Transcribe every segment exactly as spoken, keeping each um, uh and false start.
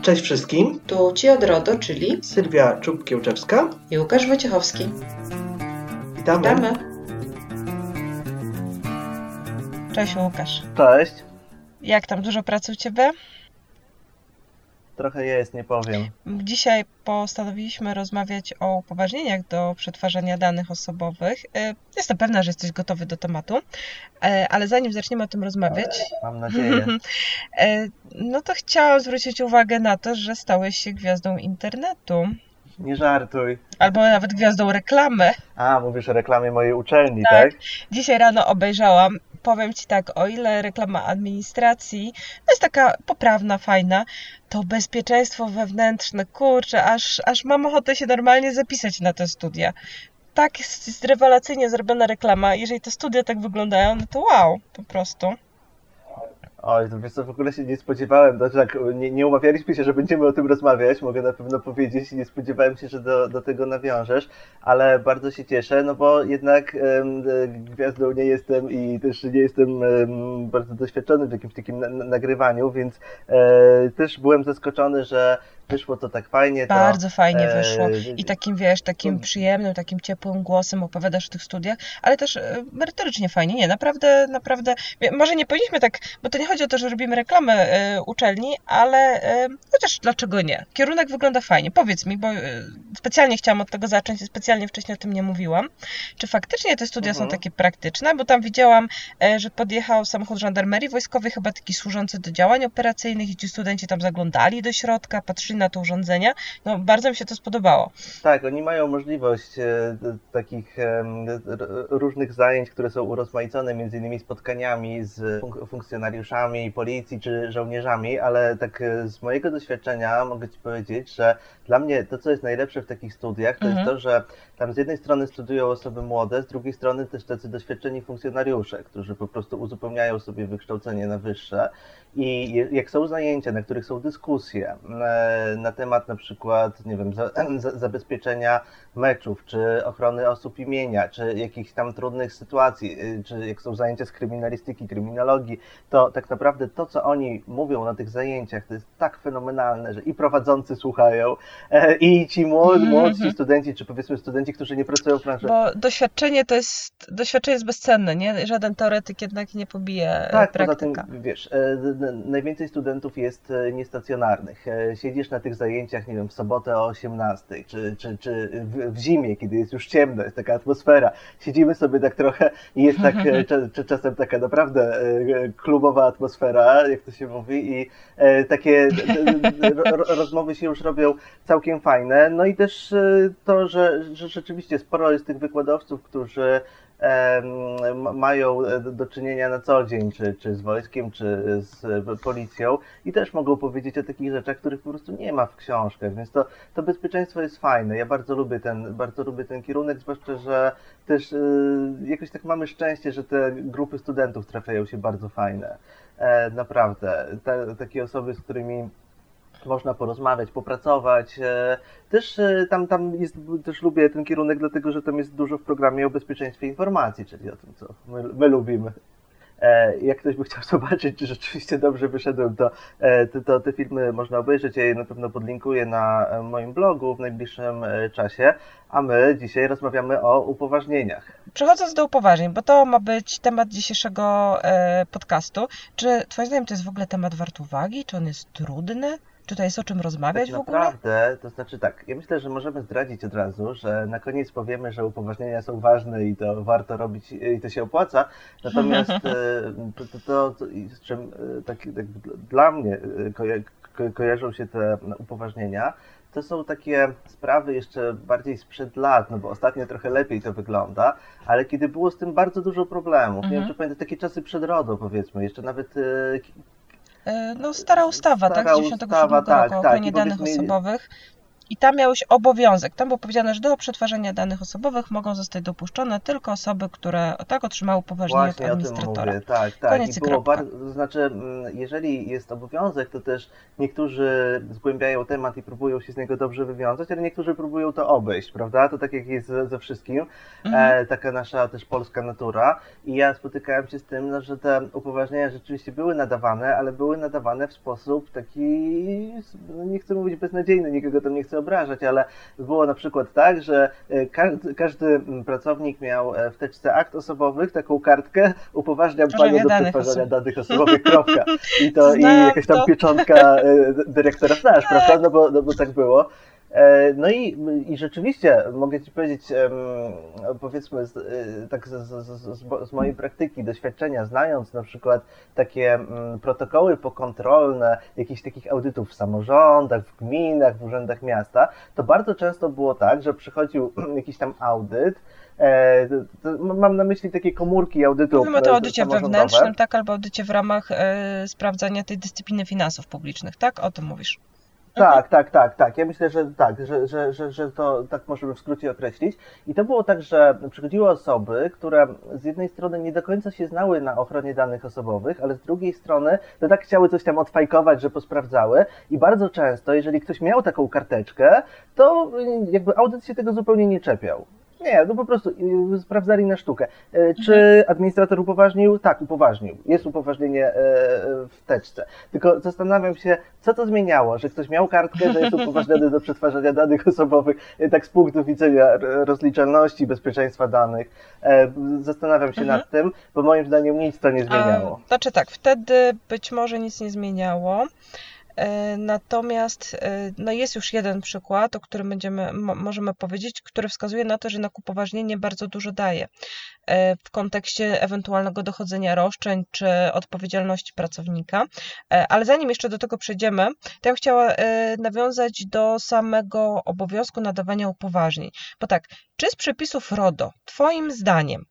Cześć wszystkim. Tu Ci od RODO, czyli Sylwia Czub-Kiełczewska i Łukasz Wojciechowski. Witamy. Witamy. Cześć Łukasz. Cześć. Jak tam, dużo pracy u Ciebie? Trochę jest, nie powiem. Dzisiaj postanowiliśmy rozmawiać o upoważnieniach do przetwarzania danych osobowych. Jestem pewna, że jesteś gotowy do tematu, ale zanim zaczniemy o tym rozmawiać, mam nadzieję, no to chciałam zwrócić uwagę na to, że stałeś się gwiazdą internetu. Nie żartuj. Albo nawet gwiazdą reklamy. A, mówisz o reklamie mojej uczelni, tak? Tak. Dzisiaj rano obejrzałam. Powiem Ci tak, o ile reklama administracji jest taka poprawna, fajna, to bezpieczeństwo wewnętrzne, kurczę, aż, aż mam ochotę się normalnie zapisać na te studia. Tak jest, jest rewelacyjnie zrobiona reklama. Jeżeli te studia tak wyglądają, no to wow, po prostu. Oj, to wiesz co, w ogóle się nie spodziewałem, znaczy tak, nie, nie umawialiśmy się, że będziemy o tym rozmawiać, mogę na pewno powiedzieć, nie spodziewałem się, że do, do tego nawiążesz, ale bardzo się cieszę, no bo jednak um, gwiazdą nie jestem i też nie jestem um, bardzo doświadczony w jakimś takim na, na, nagrywaniu, więc e, też byłem zaskoczony, że wyszło to tak fajnie. Bardzo to, fajnie e, wyszło i takim, wiesz, takim przyjemnym, takim ciepłym głosem opowiadasz o tych studiach, ale też e, merytorycznie fajnie, nie, naprawdę, naprawdę, może nie powinniśmy tak, bo to nie chodzi o to, że robimy reklamę e, uczelni, ale e, chociaż dlaczego nie? Kierunek wygląda fajnie. Powiedz mi, bo e, specjalnie chciałam od tego zacząć i specjalnie wcześniej o tym nie mówiłam. Czy faktycznie te studia mhm. są takie praktyczne? Bo tam widziałam, e, że podjechał samochód żandarmerii wojskowej, chyba taki służący do działań operacyjnych i ci studenci tam zaglądali do środka, patrzyli na to urządzenia. No, bardzo mi się to spodobało. Tak, oni mają możliwość e, takich e, różnych zajęć, które są urozmaicone między innymi spotkaniami z funk- funkcjonariuszami policji czy żołnierzami, ale tak z mojego doświadczenia mogę Ci powiedzieć, że dla mnie to, co jest najlepsze w takich studiach, to mhm. jest to, że tam z jednej strony studiują osoby młode, z drugiej strony też tacy doświadczeni funkcjonariusze, którzy po prostu uzupełniają sobie wykształcenie na wyższe. I jak są zajęcia, na których są dyskusje na temat na przykład, nie wiem, za, za, zabezpieczenia meczów, czy ochrony osób imienia, czy jakichś tam trudnych sytuacji, czy jak są zajęcia z kryminalistyki, kryminologii, to tak naprawdę to, co oni mówią na tych zajęciach, to jest tak fenomenalne, że i prowadzący słuchają, i ci młodzi, młodsi studenci, czy powiedzmy studenci, którzy nie pracują w branży. Bo doświadczenie to jest, doświadczenie jest bezcenne, nie? Żaden teoretyk jednak nie pobije tak, praktyka. Poza tym, wiesz, najwięcej studentów jest niestacjonarnych. Siedzisz na tych zajęciach, nie wiem, w sobotę o osiemnastej, czy, czy, czy w, w zimie, kiedy jest już ciemno, jest taka atmosfera. Siedzimy sobie tak trochę i jest tak czy, czasem taka naprawdę klubowa atmosfera, jak to się mówi, i takie rozmowy się już robią całkiem fajne. No i też to, że, że rzeczywiście sporo jest tych wykładowców, którzy mają do czynienia na co dzień, czy, czy z wojskiem, czy z policją i też mogą powiedzieć o takich rzeczach, których po prostu nie ma w książkach, więc to, to bezpieczeństwo jest fajne. Ja bardzo lubię ten, bardzo lubię ten kierunek, zwłaszcza, że też yy, jakoś tak mamy szczęście, że te grupy studentów trafiają się bardzo fajne. E, naprawdę. Te, takie osoby, z którymi można porozmawiać, popracować. Też tam, tam jest, też lubię ten kierunek, dlatego że tam jest dużo w programie o bezpieczeństwie informacji, czyli o tym, co my, my lubimy. Jak ktoś by chciał zobaczyć, czy rzeczywiście dobrze wyszedłem, to, to, to te filmy można obejrzeć. Ja je na pewno podlinkuję na moim blogu w najbliższym czasie, a my dzisiaj rozmawiamy o upoważnieniach. Przechodząc do upoważnień, bo to ma być temat dzisiejszego podcastu. Czy twoim zdaniem to jest w ogóle temat wart uwagi? Czy on jest trudny? Czy to jest o czym rozmawiać tak w ogóle? Naprawdę, to znaczy tak, ja myślę, że możemy zdradzić od razu, że na koniec powiemy, że upoważnienia są ważne i to warto robić i to się opłaca, natomiast to, to, to, to z czym tak, tak dla mnie koja, ko, kojarzą się te upoważnienia, to są takie sprawy jeszcze bardziej sprzed lat, no bo ostatnio trochę lepiej to wygląda, ale kiedy było z tym bardzo dużo problemów, mhm. nie wiem, czy pamiętasz, takie czasy przed RODO, powiedzmy, jeszcze nawet No stara ustawa, stara tak? Z dziewięćdziesiątego siódmego ustawa, roku tak, o tak. ochronie danych osobowych. i tam miałeś obowiązek. Tam było powiedziane, że do przetwarzania danych osobowych mogą zostać dopuszczone tylko osoby, które tak otrzymały upoważnienie Właśnie od o tym administratora. mówię, tak, tak. Koniec I i było kropka. bardzo, to znaczy, jeżeli jest obowiązek, to też niektórzy zgłębiają temat i próbują się z niego dobrze wywiązać, ale niektórzy próbują to obejść, prawda? To tak jak jest ze, ze wszystkim, Mhm. e, taka nasza też polska natura. I ja spotykałem się z tym, no, że te upoważnienia rzeczywiście były nadawane, ale były nadawane w sposób taki, no, nie chcę mówić beznadziejny, nikogo tam nie chcę obrażać, ale było na przykład tak, że każdy, każdy pracownik miał w teczce akt osobowych taką kartkę, upoważniam panią do danych przetwarzania osobowych. danych osobowych, kropka. I to i Znam jakaś tam to. pieczątka e, dyrektora znasz, prawda? No bo, no bo tak było. E, No i, i rzeczywiście mogę Ci powiedzieć, em, powiedzmy z, e, tak z, z, z, z mojej praktyki, doświadczenia, znając na przykład takie mm, protokoły pokontrolne jakichś takich audytów w samorządach, w gminach, w urzędach miasta, to bardzo często było tak, że przychodził jakiś tam audyt. E, to, to mam na myśli takie komórki audytu Mówimy o tym e, audycie samorządowe. wewnętrznym, tak, albo audycie w ramach e, sprawdzania tej dyscypliny finansów publicznych, tak? O tym mówisz. Tak, tak, tak, tak. Ja myślę, że tak, że, że, że, że to tak możemy w skrócie określić. I to było tak, że przychodziły osoby, które z jednej strony nie do końca się znały na ochronie danych osobowych, ale z drugiej strony to tak chciały coś tam odfajkować, że posprawdzały. I bardzo często, jeżeli ktoś miał taką karteczkę, to jakby audyt się tego zupełnie nie czepiał. Nie, no po prostu y, sprawdzali na sztukę. Y, Czy administrator upoważnił? Tak, upoważnił. Jest upoważnienie y, w teczce. Tylko zastanawiam się, co to zmieniało, że ktoś miał kartkę, że jest upoważniony do przetwarzania danych osobowych, y, tak z punktu widzenia r- rozliczalności, bezpieczeństwa danych. Y, Zastanawiam się Mhm. nad tym, bo moim zdaniem nic to nie A, zmieniało. znaczy tak, wtedy być może nic nie zmieniało. E, Natomiast e, no jest już jeden przykład, o którym będziemy, mo, możemy powiedzieć, który wskazuje na to, że jednak upoważnienie bardzo dużo daje e, w kontekście ewentualnego dochodzenia roszczeń czy odpowiedzialności pracownika. E, Ale zanim jeszcze do tego przejdziemy, to ja bym chciała e, nawiązać do samego obowiązku nadawania upoważnień. Bo tak, czy z przepisów RODO Twoim zdaniem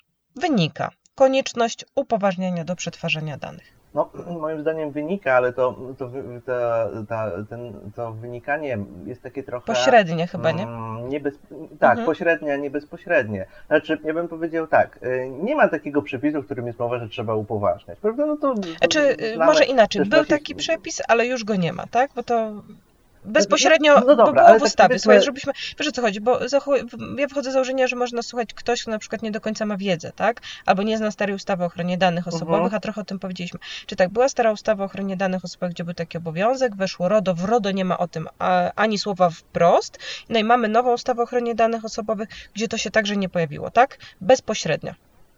wynika konieczność upoważniania do przetwarzania danych? No, moim zdaniem wynika, ale to, to, to, to, ten, to wynikanie jest takie trochę... Pośrednie chyba, nie? Mm, nie bez, tak, Mhm. pośrednie, a nie bezpośrednie. Znaczy, ja bym powiedział tak, y, nie ma takiego przepisu, w którym jest mowa, że trzeba upoważniać, prawda? No to, to Czy znamy może inaczej, też był nasi- taki przepis, ale już go nie ma, tak? Bo to bezpośrednio, No- no dobra, bo było ale w tak ustawie, powiedzmy- słuchaj, żebyśmy, wiesz o co chodzi, bo zachu- ja wychodzę z założenia, że można słuchać ktoś, kto na przykład nie do końca ma wiedzę, tak? Albo nie zna starej ustawy o ochronie danych osobowych, Mhm. a trochę o tym powiedzieliśmy. Czy tak, była stara ustawa o ochronie danych osobowych, gdzie był taki obowiązek, weszło RODO, w RODO nie ma o tym a, ani słowa wprost, no i mamy nową ustawę o ochronie danych osobowych, gdzie to się także nie pojawiło, tak? Bezpośrednio.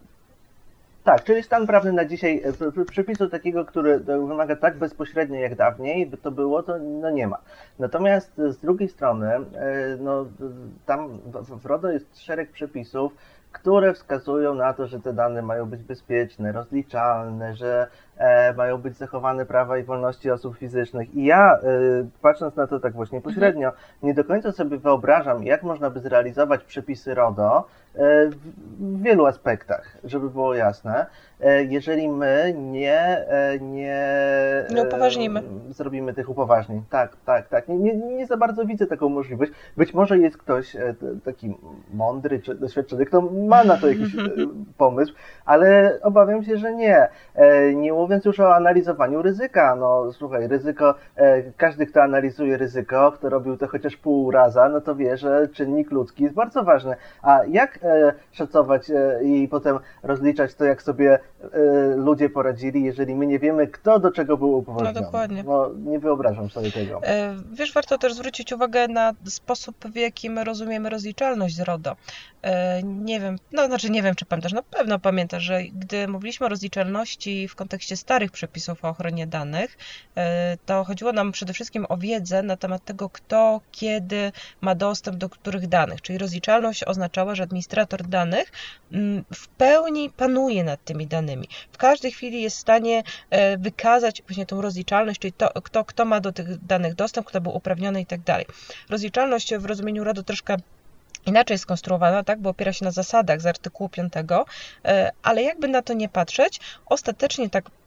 Tak, czyli stan prawny na dzisiaj, e, p- p- przepisu takiego, który e, wymaga tak bezpośrednio jak dawniej, by to było, to no nie ma. Natomiast e, z drugiej strony, e, no, tam w, w RODO jest szereg przepisów, które wskazują na to, że te dane mają być bezpieczne, rozliczalne, że e, mają być zachowane prawa i wolności osób fizycznych. I ja, e, patrząc na to tak właśnie pośrednio, nie do końca sobie wyobrażam, jak można by zrealizować przepisy RODO e, w, w wielu aspektach, żeby było jasne, e, jeżeli my nie, e, nie, e, Nie upoważnimy. zrobimy tych upoważnień. Tak, tak, tak. Nie, nie, nie za bardzo widzę taką możliwość. Być może jest ktoś e, t- taki mądry czy doświadczony, kto ma na to jakiś e, pomysł, ale obawiam się, że nie. E, Nie mówiąc już o analizowaniu ryzyka. No słuchaj, ryzyko, e, każdy, kto analizuje ryzyko, kto robił to chociaż pół raza, no to wie, że czynnik ludzki jest bardzo ważny. A jak e, szacować e, i potem rozliczać to, jak sobie e, ludzie poradzili, jeżeli my nie wiemy, kto do czego był upoważniony? No dokładnie. No, nie wyobrażam sobie tego. E, Wiesz, warto też zwrócić uwagę na sposób, w jaki my rozumiemy rozliczalność z RODO. E, Nie wiem, no znaczy nie wiem, czy pamiętasz, na pewno pamiętasz, że gdy mówiliśmy o rozliczalności w kontekście starych przepisów o ochronie danych, e, to chodziło nam przede wszystkim o wiedzę na temat tego, kto, kiedy ma dostęp do których danych. Czyli rozliczalność oznaczała, że administrator danych mm, w pełni panuje nad tymi danymi. W każdej chwili jest w stanie e, wykazać właśnie tą rozliczalność, czyli to, kto, kto ma do tych danych dostęp, kto był uprawniony i tak dalej. Rozliczalność w rozumieniu RODO troszkę inaczej jest skonstruowana, tak, bo opiera się na zasadach z artykułu piątego, e, ale jakby na to nie patrzeć, ostatecznie tak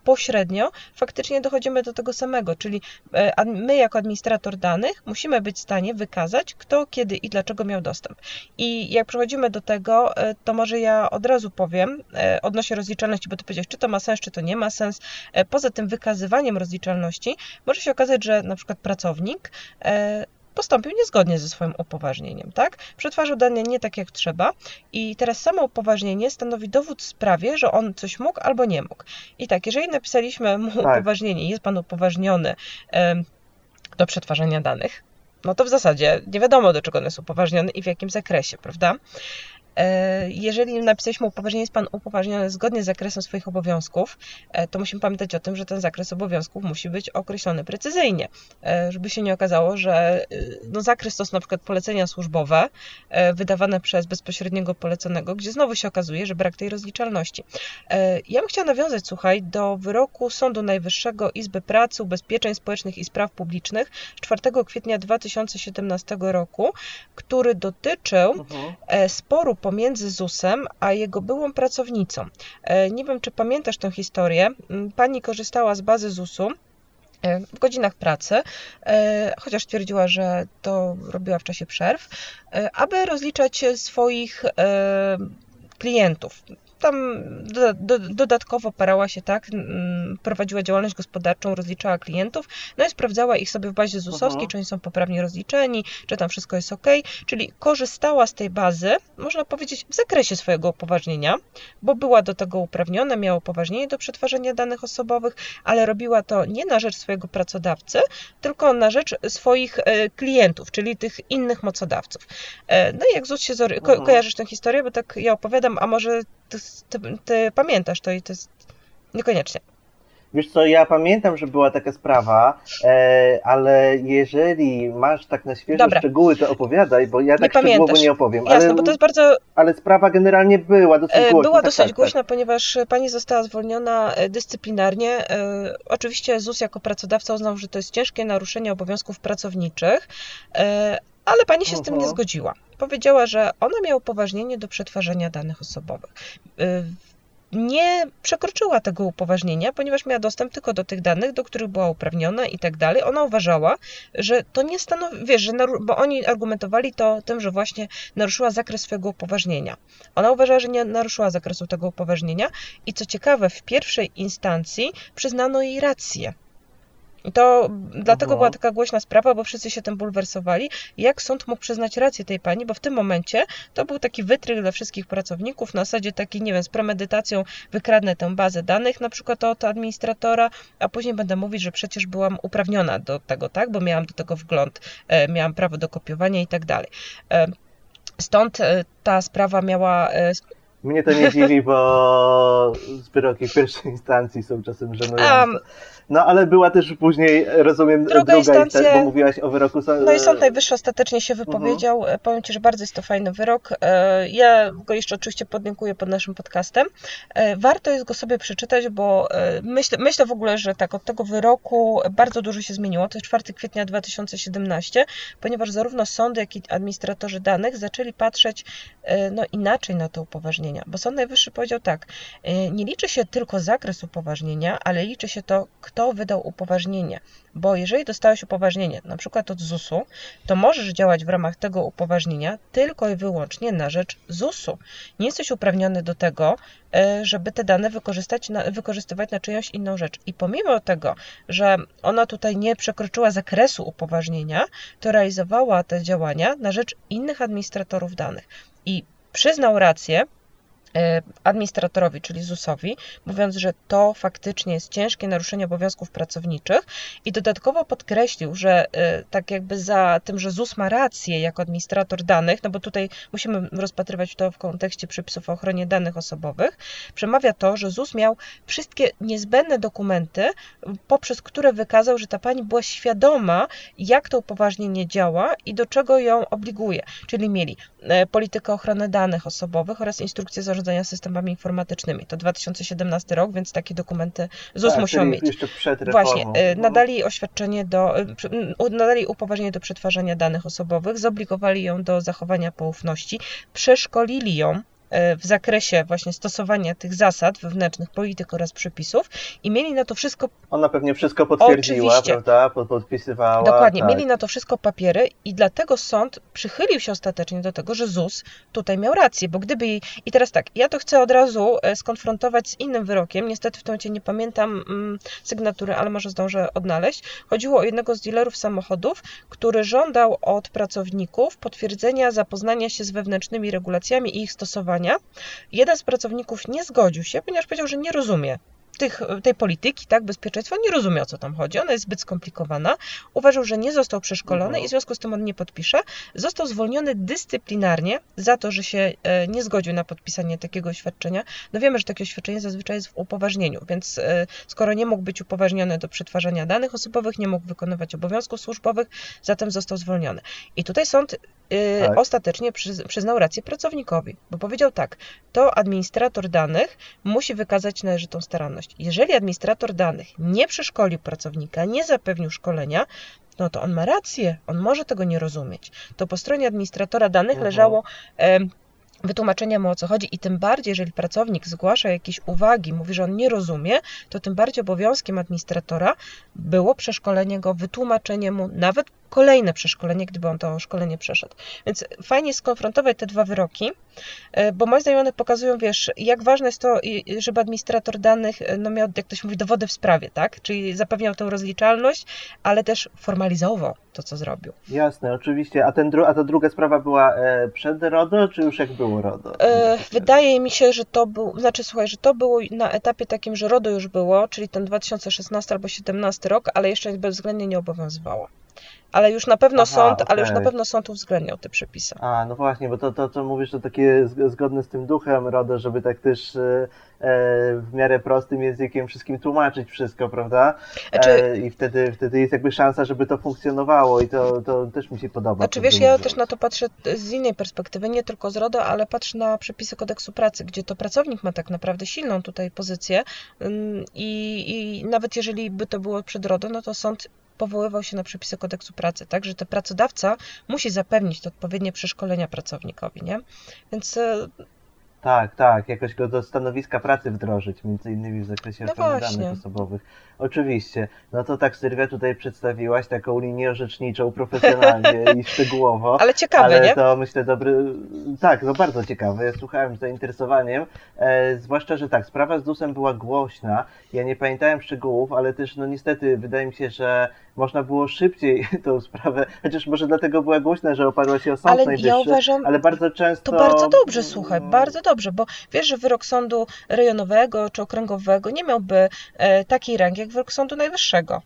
pośrednio faktycznie dochodzimy do tego samego, czyli my jako administrator danych musimy być w stanie wykazać, kto, kiedy i dlaczego miał dostęp. I jak przechodzimy do tego, to może ja od razu powiem odnośnie rozliczalności, bo ty powiedziałeś, czy to ma sens, czy to nie ma sens. Poza tym wykazywaniem rozliczalności może się okazać, że na przykład pracownik postąpił niezgodnie ze swoim upoważnieniem, tak? Przetwarzał dane nie tak jak trzeba i teraz samo upoważnienie stanowi dowód w sprawie, że on coś mógł albo nie mógł. I tak, jeżeli napisaliśmy mu Tak. upoważnienie, jest pan upoważniony em, do przetwarzania danych, no to w zasadzie nie wiadomo, do czego on jest upoważniony i w jakim zakresie, prawda? Jeżeli napisaliśmy upoważnienie, jest pan upoważniony zgodnie z zakresem swoich obowiązków, to musimy pamiętać o tym, że ten zakres obowiązków musi być określony precyzyjnie, żeby się nie okazało, że no zakres to są na przykład polecenia służbowe wydawane przez bezpośredniego poleconego, gdzie znowu się okazuje, że brak tej rozliczalności. Ja bym chciała nawiązać, słuchaj, do wyroku Sądu Najwyższego Izby Pracy, Ubezpieczeń Społecznych i Spraw Publicznych z czwartego kwietnia dwa tysiące siedemnastego roku, który dotyczył mhm. sporu pomiędzy zusem a jego byłą pracownicą. Nie wiem, czy pamiętasz tę historię. Pani korzystała z bazy zusu w godzinach pracy, chociaż twierdziła, że to robiła w czasie przerw, aby rozliczać swoich klientów. Tam do, do, dodatkowo parała się, tak, prowadziła działalność gospodarczą, rozliczała klientów, no i sprawdzała ich sobie w bazie zusowskiej, uh-huh. czy oni są poprawnie rozliczeni, czy tam wszystko jest ok, czyli korzystała z tej bazy, można powiedzieć, w zakresie swojego upoważnienia, bo była do tego uprawniona, miała upoważnienie do przetwarzania danych osobowych, ale robiła to nie na rzecz swojego pracodawcy, tylko na rzecz swoich klientów, czyli tych innych mocodawców. No i jak ZUS się zori- ko- uh-huh. kojarzysz tę historię, bo tak ja opowiadam, a może Ty, ty, ty pamiętasz to i to jest niekoniecznie. Wiesz co, ja pamiętam, że była taka sprawa, e, ale jeżeli masz tak na świeżo Dobra. szczegóły, to opowiadaj, bo ja tak nie szczegółowo nie opowiem. Jasne, ale, bo to jest bardzo... ale sprawa generalnie była dosyć głośna. Była tak, dosyć tak, głośna, tak. ponieważ pani została zwolniona dyscyplinarnie. E, oczywiście ZUS jako pracodawca uznał, że to jest ciężkie naruszenie obowiązków pracowniczych, e, ale pani się z tym nie zgodziła. Powiedziała, że ona miała upoważnienie do przetwarzania danych osobowych. Nie przekroczyła tego upoważnienia, ponieważ miała dostęp tylko do tych danych, do których była uprawniona i tak dalej. Ona uważała, że to nie stanowi, wiesz, że naru- bo oni argumentowali to tym, że właśnie naruszyła zakres swojego upoważnienia. Ona uważała, że nie naruszyła zakresu tego upoważnienia i co ciekawe, w pierwszej instancji przyznano jej rację. I to dlatego Aha. była taka głośna sprawa, bo wszyscy się tym bulwersowali, jak sąd mógł przyznać rację tej pani, bo w tym momencie to był taki wytrych dla wszystkich pracowników, na zasadzie taki, nie wiem, z premedytacją wykradnę tę bazę danych, na przykład od administratora, a później będę mówić, że przecież byłam uprawniona do tego, tak, bo miałam do tego wgląd, miałam prawo do kopiowania i tak dalej. Stąd ta sprawa miała... Mnie to nie dziwi, bo wyroki pierwszej instancji są czasem żenujące. Um, no ale była też później, rozumiem, druga, druga instancja, instancja, bo mówiłaś o wyroku. No i Sąd Najwyższy ostatecznie się wypowiedział. Uh-huh. Powiem Ci, że bardzo jest to fajny wyrok. Ja go jeszcze oczywiście podlinkuję pod naszym podcastem. Warto jest go sobie przeczytać, bo myślę, myślę w ogóle, że tak, od tego wyroku bardzo dużo się zmieniło. To jest czwartego kwietnia dwa tysiące siedemnastego, ponieważ zarówno sądy, jak i administratorzy danych zaczęli patrzeć no, inaczej na te upoważnienia. Bo Sąd Najwyższy powiedział tak, nie liczy się tylko zakres upoważnienia, ale liczy się to, kto wydał upoważnienie. Bo jeżeli dostałeś upoważnienie, na przykład od zusu, to możesz działać w ramach tego upoważnienia tylko i wyłącznie na rzecz zusu. Nie jesteś uprawniony do tego, żeby te dane wykorzystać na, wykorzystywać na czyjąś inną rzecz. I pomimo tego, że ona tutaj nie przekroczyła zakresu upoważnienia, to realizowała te działania na rzecz innych administratorów danych. I przyznał rację administratorowi, czyli zusowi, mówiąc, że to faktycznie jest ciężkie naruszenie obowiązków pracowniczych i dodatkowo podkreślił, że tak jakby za tym, że ZUS ma rację jako administrator danych, no bo tutaj musimy rozpatrywać to w kontekście przepisów o ochronie danych osobowych, przemawia to, że ZUS miał wszystkie niezbędne dokumenty, poprzez które wykazał, że ta pani była świadoma, jak to upoważnienie działa i do czego ją obliguje. Czyli mieli politykę ochrony danych osobowych oraz instrukcję zarządzania systemami informatycznymi. To dwa tysiące siedemnasty rok, więc takie dokumenty ZUS tak, musiał mieć. Jeszcze przed reformą. Właśnie, nadali oświadczenie do, nadali upoważnienie do przetwarzania danych osobowych, zobligowali ją do zachowania poufności, przeszkolili ją w zakresie właśnie stosowania tych zasad wewnętrznych, polityk oraz przepisów i mieli na to wszystko... Ona pewnie wszystko potwierdziła, Oczywiście. prawda? Podpisywała. Dokładnie, tak. mieli na to wszystko papiery i dlatego sąd przychylił się ostatecznie do tego, że ZUS tutaj miał rację, bo gdyby jej... I teraz tak, ja to chcę od razu skonfrontować z innym wyrokiem, niestety w tym momencie nie pamiętam mm, sygnatury, ale może zdążę odnaleźć. Chodziło o jednego z dealerów samochodów, który żądał od pracowników potwierdzenia zapoznania się z wewnętrznymi regulacjami i ich stosowania. Jeden z pracowników nie zgodził się, ponieważ powiedział, że nie rozumie tych, tej polityki, tak, bezpieczeństwa, nie rozumie, o co tam chodzi. Ona jest zbyt skomplikowana. Uważał, że nie został przeszkolony Mhm. i w związku z tym on nie podpisze. Został zwolniony dyscyplinarnie za to, że się e, nie zgodził na podpisanie takiego oświadczenia. No wiemy, że takie oświadczenie zazwyczaj jest w upoważnieniu, więc e, skoro nie mógł być upoważniony do przetwarzania danych osobowych, nie mógł wykonywać obowiązków służbowych, zatem został zwolniony. I tutaj sąd e, Tak. ostatecznie przyz, przyznał rację pracownikowi, bo powiedział tak, to administrator danych musi wykazać należytą staranność. Jeżeli administrator danych nie przeszkolił pracownika, nie zapewnił szkolenia, no to on ma rację, on może tego nie rozumieć. To po stronie administratora danych Mhm. leżało e, wytłumaczenie mu, o co chodzi i tym bardziej, jeżeli pracownik zgłasza jakieś uwagi, mówi, że on nie rozumie, to tym bardziej obowiązkiem administratora było przeszkolenie go, wytłumaczenie mu, nawet kolejne przeszkolenie, gdyby on to szkolenie przeszedł. Więc fajnie jest skonfrontować te dwa wyroki, bo moim znajomych pokazują, wiesz, jak ważne jest to, żeby administrator danych no, miał, jak to się mówi, dowody w sprawie, tak? Czyli zapewniał tę rozliczalność, ale też formalizował to, co zrobił. Jasne, oczywiście. A, ten dru- a ta druga sprawa była e, przed RODO, czy już jak było RODO? E, wydaje mi się, że to był, znaczy słuchaj, że to było na etapie takim, że RODO już było, czyli ten dwa tysiące szesnasty albo siedemnasty rok, ale jeszcze bezwzględnie nie obowiązywało. Ale już na pewno Aha, sąd, ale już okej. na pewno sąd uwzględniał te przepisy. A, no właśnie, bo to, to, to mówisz, to takie z- zgodne z tym duchem RODO, żeby tak też e, e, w miarę prostym językiem wszystkim tłumaczyć wszystko, prawda? Znaczy- E, I wtedy, wtedy jest jakby szansa, żeby to funkcjonowało i to, to też mi się podoba. Znaczy prawdę wiesz, ja mówiąc. też na to patrzę z innej perspektywy, nie tylko z RODO, ale patrzę na przepisy kodeksu pracy, gdzie to pracownik ma tak naprawdę silną tutaj pozycję ym, i, i nawet jeżeli by to było przed RODO, no to sąd powoływał się na przepisy kodeksu pracy, tak, że to pracodawca musi zapewnić te odpowiednie przeszkolenia pracownikowi, nie? Więc e, Tak, tak, jakoś go do stanowiska pracy wdrożyć, między innymi w zakresie No ochrony właśnie. danych osobowych. Oczywiście. No to tak, Sylwia, tutaj przedstawiłaś taką linię orzeczniczą profesjonalnie i szczegółowo. ale ciekawe, Ale nie? to myślę dobry, tak, no bardzo ciekawe, ja słuchałem z zainteresowaniem, e, zwłaszcza, że tak, sprawa z zusem była głośna, ja nie pamiętałem szczegółów, ale też no niestety wydaje mi się, że można było szybciej tą sprawę, chociaż może dlatego była głośna, że oparła się o Sąd Ale Najwyższy, ja uważam, ale bardzo często... to bardzo dobrze, słuchaj, bardzo dobrze, bo wiesz, że wyrok sądu rejonowego czy okręgowego nie miałby e, takiej rangi jak wyrok sądu najwyższego.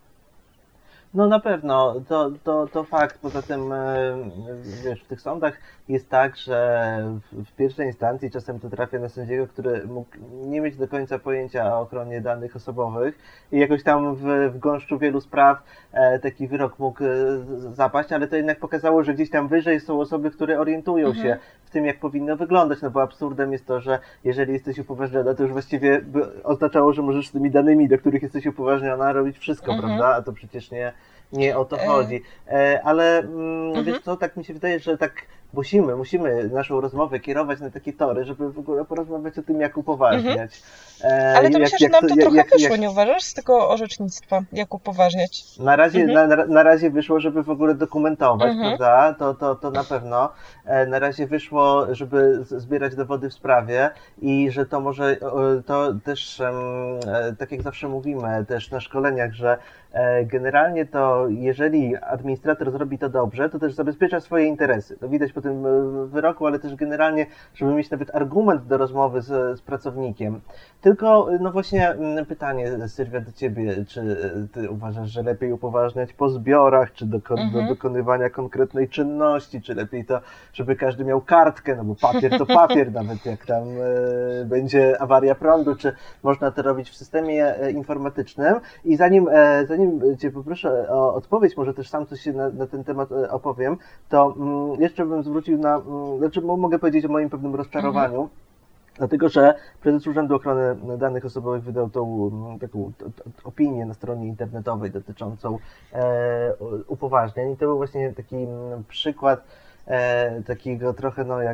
No na pewno, to, to, to fakt. Poza tym, e, wiesz, w tych sądach jest tak, że w, w pierwszej instancji czasem to trafia na sędziego, który mógł nie mieć do końca pojęcia o ochronie danych osobowych i jakoś tam w, w gąszczu wielu spraw e, taki wyrok mógł e, z- zapaść, ale to jednak pokazało, że gdzieś tam wyżej są osoby, które orientują Mhm. się w tym, jak powinno wyglądać, no bo absurdem jest to, że jeżeli jesteś upoważniona, to już właściwie by oznaczało, że możesz z tymi danymi, do których jesteś upoważniona, robić wszystko, Mhm. prawda? A to przecież nie, nie o to E, chodzi. E, ale mm, Mhm. wiesz co, tak mi się wydaje, że tak musimy, musimy naszą rozmowę kierować na takie tory, żeby w ogóle porozmawiać o tym, jak upoważniać. E, Ale to jak- myślę, że jak nam to jak- trochę jak- wyszło, jak- nie uważasz, z tego orzecznictwa, jak upoważniać? Na razie, Mhm. na, na razie wyszło, żeby w ogóle dokumentować, Mhm. prawda? To, to, to na pewno. E, Na razie wyszło, żeby z- zbierać dowody w sprawie i że to może, e, to też, em, e, tak jak zawsze mówimy też na szkoleniach, że e, generalnie to jeżeli administrator zrobi to dobrze, to też zabezpiecza swoje interesy. To widać po tym e, wyroku, ale też generalnie, żeby mieć nawet argument do rozmowy z, z pracownikiem. Tylko, no właśnie mm, pytanie, Sylwia, do Ciebie, czy e, Ty uważasz, że lepiej upoważniać po zbiorach, czy do, Mhm. do wykonywania konkretnej czynności, czy lepiej to, żeby każdy miał kartkę, no bo papier to papier, nawet jak tam e, będzie awaria prądu, czy można to robić w systemie e, informatycznym. I zanim, e, zanim Cię poproszę o odpowiedź, może też sam coś się na, na ten temat e, opowiem, to mm, jeszcze bym zwrócił na, mm, znaczy mo- mogę powiedzieć o moim pewnym rozczarowaniu. Dlatego, że prezes Urzędu Ochrony Danych Osobowych wydał tą mm, taką t, t, opinię na stronie internetowej dotyczącą e, upoważnień. I to był właśnie taki mm, przykład e, takiego trochę, no jak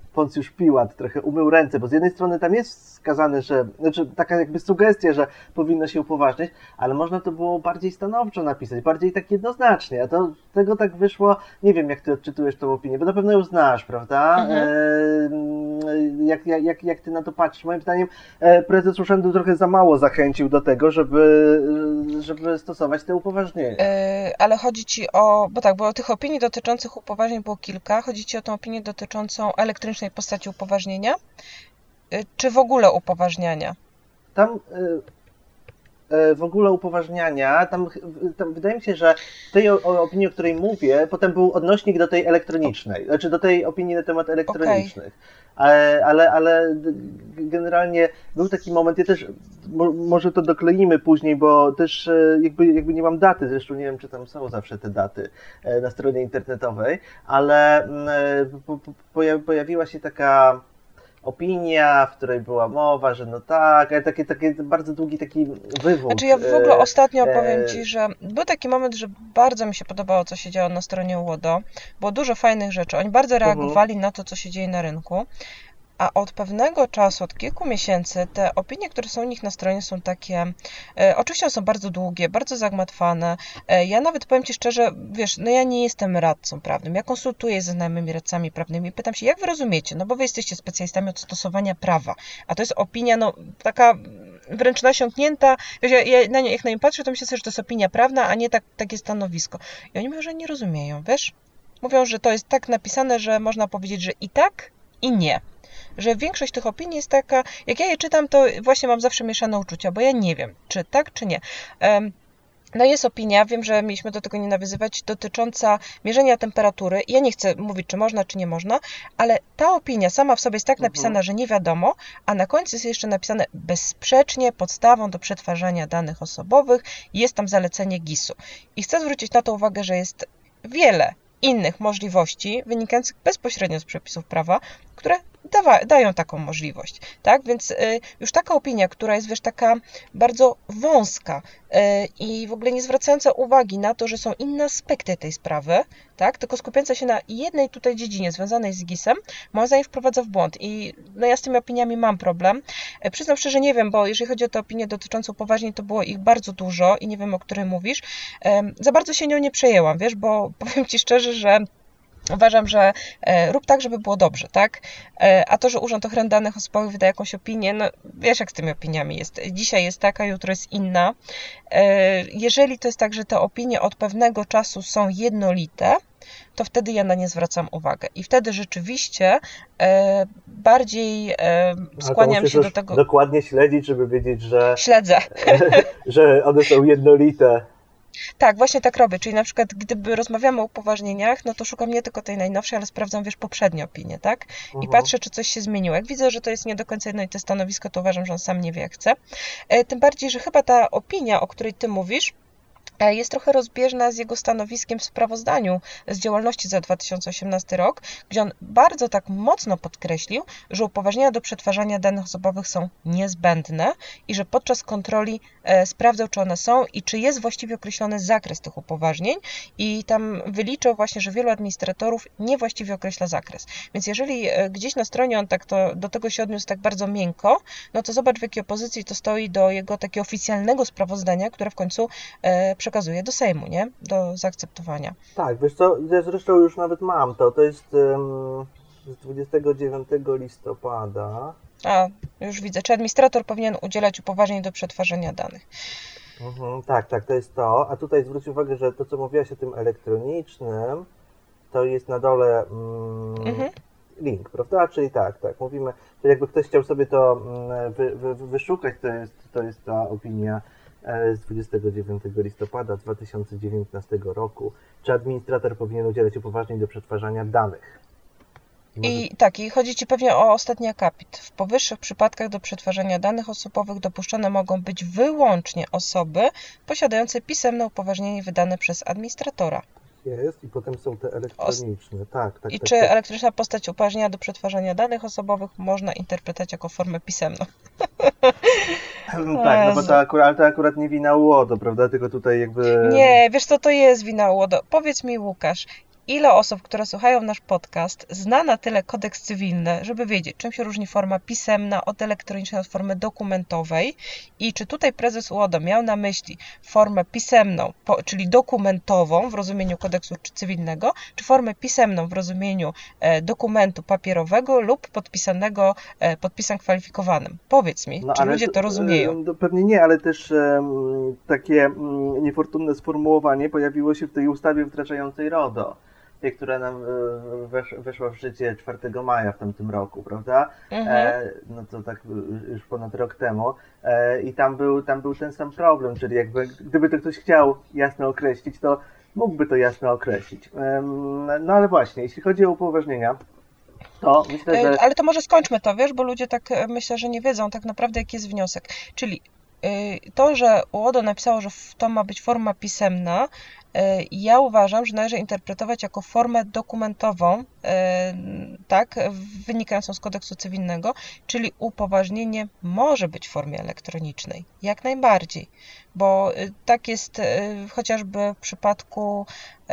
Poncjusz Piłat trochę umył ręce, bo z jednej strony tam jest wskazane, że, znaczy taka jakby sugestia, że powinno się upoważniać, ale można to było bardziej stanowczo napisać, bardziej tak jednoznacznie, a to tego tak wyszło, nie wiem jak ty odczytujesz tą opinię, bo na pewno ją znasz, prawda? Mhm. E, jak, jak, jak ty na to patrzysz? Moim zdaniem e, prezes urzędu trochę za mało zachęcił do tego, żeby, żeby stosować te upoważnienia. Yy, ale chodzi ci o, bo tak, bo tych opinii dotyczących upoważnień było kilka. Chodzi ci o tą opinię dotyczącą elektronicznej postaci upoważnienia, yy, czy w ogóle upoważniania? Tam y, y, w ogóle upoważniania, tam, tam wydaje mi się, że w tej o, o opinii, o której mówię, potem był odnośnik do tej elektronicznej, znaczy do tej opinii na temat elektronicznych. Ale, ale, ale generalnie był taki moment, ja też, mo, może to dokleimy później, bo też y, jakby, jakby nie mam daty, zresztą nie wiem, czy tam są zawsze te daty y, na stronie internetowej, ale y, po, po, pojawiła się taka opinia, w której była mowa, że no tak, ale taki, taki bardzo długi taki wywód. Znaczy ja w ogóle e, ostatnio powiem e, Ci, że był taki moment, że bardzo mi się podobało, co się działo na stronie UODO. Było dużo fajnych rzeczy. Oni bardzo reagowali na to, co się dzieje na rynku. A od pewnego czasu, od kilku miesięcy, te opinie, które są u nich na stronie, są takie, e, oczywiście one są bardzo długie, bardzo zagmatwane. E, ja nawet powiem Ci szczerze, wiesz, no ja nie jestem radcą prawnym, ja konsultuję ze znajomymi radcami prawnymi i pytam się, jak Wy rozumiecie, no bo Wy jesteście specjalistami od stosowania prawa, a to jest opinia, no taka wręcz nasiąknięta, wiesz, ja, ja na nie, jak na nie patrzę, to myślę sobie, że to jest opinia prawna, a nie tak, takie stanowisko. I oni mówią, że nie rozumieją, wiesz? Mówią, że to jest tak napisane, że można powiedzieć, że i tak, i nie. Że większość tych opinii jest taka, jak ja je czytam, to właśnie mam zawsze mieszane uczucia, bo ja nie wiem, czy tak, czy nie. No jest opinia, wiem, że mieliśmy do tego nie nawiązywać, dotycząca mierzenia temperatury. Ja nie chcę mówić, czy można, czy nie można, ale ta opinia sama w sobie jest tak Mhm. napisana, że nie wiadomo, a na końcu jest jeszcze napisane bezsprzecznie podstawą do przetwarzania danych osobowych jest tam zalecenie gisu. I chcę zwrócić na to uwagę, że jest wiele innych możliwości wynikających bezpośrednio z przepisów prawa, które dawa, dają taką możliwość, tak? Więc y, już taka opinia, która jest, wiesz, taka bardzo wąska y, i w ogóle nie zwracająca uwagi na to, że są inne aspekty tej sprawy, tak? Tylko skupiająca się na jednej tutaj dziedzinie związanej z gisem, moim zdaniem wprowadza w błąd i no ja z tymi opiniami mam problem. Y, przyznam szczerze, nie wiem, bo jeżeli chodzi o te opinie dotyczące upoważnień, to było ich bardzo dużo i nie wiem, o której mówisz. Y, za bardzo się nią nie przejęłam, wiesz, bo powiem Ci szczerze, że uważam, że e, rób tak, żeby było dobrze, tak? E, a to, że Urząd Ochrony Danych Osobowych wyda jakąś opinię, no wiesz, jak z tymi opiniami jest. Dzisiaj jest taka, jutro jest inna. E, jeżeli to jest tak, że te opinie od pewnego czasu są jednolite, to wtedy ja na nie zwracam uwagę. I wtedy rzeczywiście e, bardziej e, skłaniam się do tego... dokładnie śledzić, żeby wiedzieć, że... Śledzę. że one są jednolite. Tak, właśnie tak robię, czyli na przykład gdyby rozmawiamy o upoważnieniach, no to szukam nie tylko tej najnowszej, ale sprawdzam, wiesz, poprzednie opinie, tak? I Mhm. patrzę, czy coś się zmieniło. Jak widzę, że to jest nie do końca jednolite stanowisko, to uważam, że on sam nie wie, jak chce. E, tym bardziej, że chyba ta opinia, o której Ty mówisz, jest trochę rozbieżna z jego stanowiskiem w sprawozdaniu z działalności za dwa tysiące osiemnasty rok, gdzie on bardzo tak mocno podkreślił, że upoważnienia do przetwarzania danych osobowych są niezbędne i że podczas kontroli e, sprawdzał, czy one są i czy jest właściwie określony zakres tych upoważnień i tam wyliczył właśnie, że wielu administratorów niewłaściwie określa zakres. Więc jeżeli e, gdzieś na stronie on tak to, do tego się odniósł tak bardzo miękko, no to zobacz, w jakiej opozycji to stoi do jego takiego oficjalnego sprawozdania, które w końcu e, przekazuje do Sejmu, nie? Do zaakceptowania. Tak, wiesz co, ja zresztą już nawet mam to, to jest um, z dwudziestego dziewiątego listopada. A, już widzę, czy administrator powinien udzielać upoważnień do przetwarzania danych. Mhm, tak, tak, to jest to, a tutaj zwróć uwagę, że to, co mówiłaś o tym elektronicznym, to jest na dole mm, Mhm. link, prawda? Czyli tak, tak, mówimy, że jakby ktoś chciał sobie to wy, wy, wyszukać, to jest, to jest ta opinia z dwudziestego dziewiątego listopada dwa tysiące dziewiętnastego roku. Czy administrator powinien udzielać upoważnień do przetwarzania danych? I, może... I tak, i chodzi Ci pewnie o ostatni akapit. W powyższych przypadkach do przetwarzania danych osobowych dopuszczone mogą być wyłącznie osoby posiadające pisemne upoważnienie wydane przez administratora. Jest i potem są te elektroniczne. Tak, tak, I tak, czy tak. elektroniczna postać upoważnienia do przetwarzania danych osobowych można interpretować jako formę pisemną? Tak, no bo to akurat, to akurat nie wina UODO, prawda? Tylko tutaj jakby... Nie, wiesz co, to jest wina UODO. Powiedz mi, Łukasz, ile osób, które słuchają nasz podcast, zna na tyle kodeks cywilny, żeby wiedzieć, czym się różni forma pisemna od elektronicznej, od formy dokumentowej i czy tutaj prezes U O D O miał na myśli formę pisemną, po, czyli dokumentową w rozumieniu kodeksu cywilnego, czy formę pisemną w rozumieniu e, dokumentu papierowego lub podpisanego e, podpisem kwalifikowanym. Powiedz mi, No, czy ale ludzie to rozumieją? e, to pewnie nie, ale też e, takie m, niefortunne sformułowanie pojawiło się w tej ustawie wdrażającej RODO, tej, która nam e, wesz, weszła w życie czwartego maja w tamtym roku, prawda? Mhm. E, no to tak e, już ponad rok temu. E, I tam był, tam był ten sam problem, czyli jakby gdyby to ktoś chciał jasno określić, to mógłby to jasno określić. E, no ale właśnie, jeśli chodzi o upoważnienia, to myślę, że... Ale to może skończmy to, wiesz, bo ludzie tak e, myślę, że nie wiedzą tak naprawdę, jaki jest wniosek. Czyli y, to, że U O D O napisało, że f- to ma być forma pisemna, y, ja uważam, że należy interpretować jako formę dokumentową, y, tak, wynikającą z kodeksu cywilnego, czyli upoważnienie może być w formie elektronicznej, jak najbardziej, bo y, tak jest y, chociażby w przypadku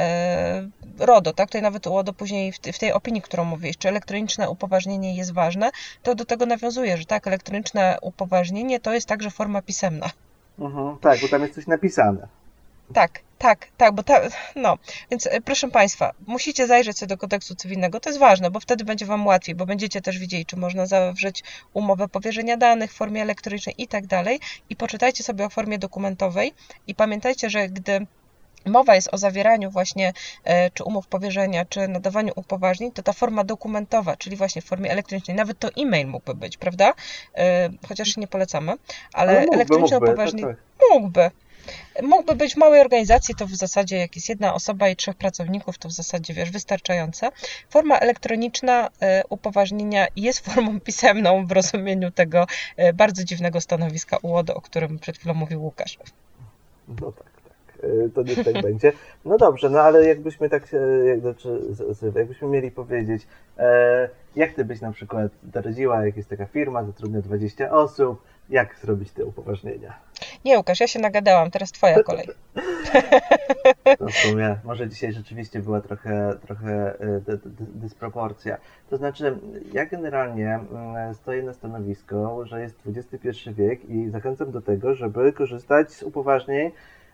y, RODO, tak, tutaj nawet U O D O później w, t- w tej opinii, którą mówiłeś, czy elektroniczne upoważnienie jest ważne, to do tego nawiązuje, że tak, elektroniczne upoważnienie to jest także forma pisemna. Mhm, tak, bo tam jest coś napisane. Tak, tak, tak, bo ta, no, więc e, proszę Państwa, musicie zajrzeć sobie do kodeksu cywilnego, to jest ważne, bo wtedy będzie Wam łatwiej, bo będziecie też widzieli, czy można zawrzeć umowę powierzenia danych w formie elektronicznej i tak dalej i poczytajcie sobie o formie dokumentowej i pamiętajcie, że gdy mowa jest o zawieraniu właśnie e, czy umów powierzenia, czy nadawaniu upoważnień, to ta forma dokumentowa, czyli właśnie w formie elektronicznej, nawet to e-mail mógłby być, prawda? E, chociaż nie polecamy, ale, Ale mógłby, elektroniczne mógłby, upoważnienie tak, tak. mógłby. Mógłby być w małej organizacji, to w zasadzie jak jest jedna osoba i trzech pracowników, to w zasadzie, wiesz, wystarczające. Forma elektroniczna e, upoważnienia jest formą pisemną w rozumieniu tego e, bardzo dziwnego stanowiska U O D O, o którym przed chwilą mówił Łukasz. No tak, tak. E, To niech tak będzie. No dobrze, no ale jakbyśmy tak, e, jak, znaczy, z- z- jakbyśmy mieli powiedzieć, e, jak ty byś na przykład doradziła, jak jest taka firma, zatrudnia dwadzieścia osób, jak zrobić te upoważnienia? Nie, Łukasz, ja się nagadałam, teraz twoja kolej. No w sumie, może dzisiaj rzeczywiście była trochę, trochę e, dy- dy- dysproporcja. To znaczy, ja generalnie mm, stoję na stanowisku, że jest dwudziesty pierwszy wiek i zachęcam do tego, żeby korzystać z upoważnień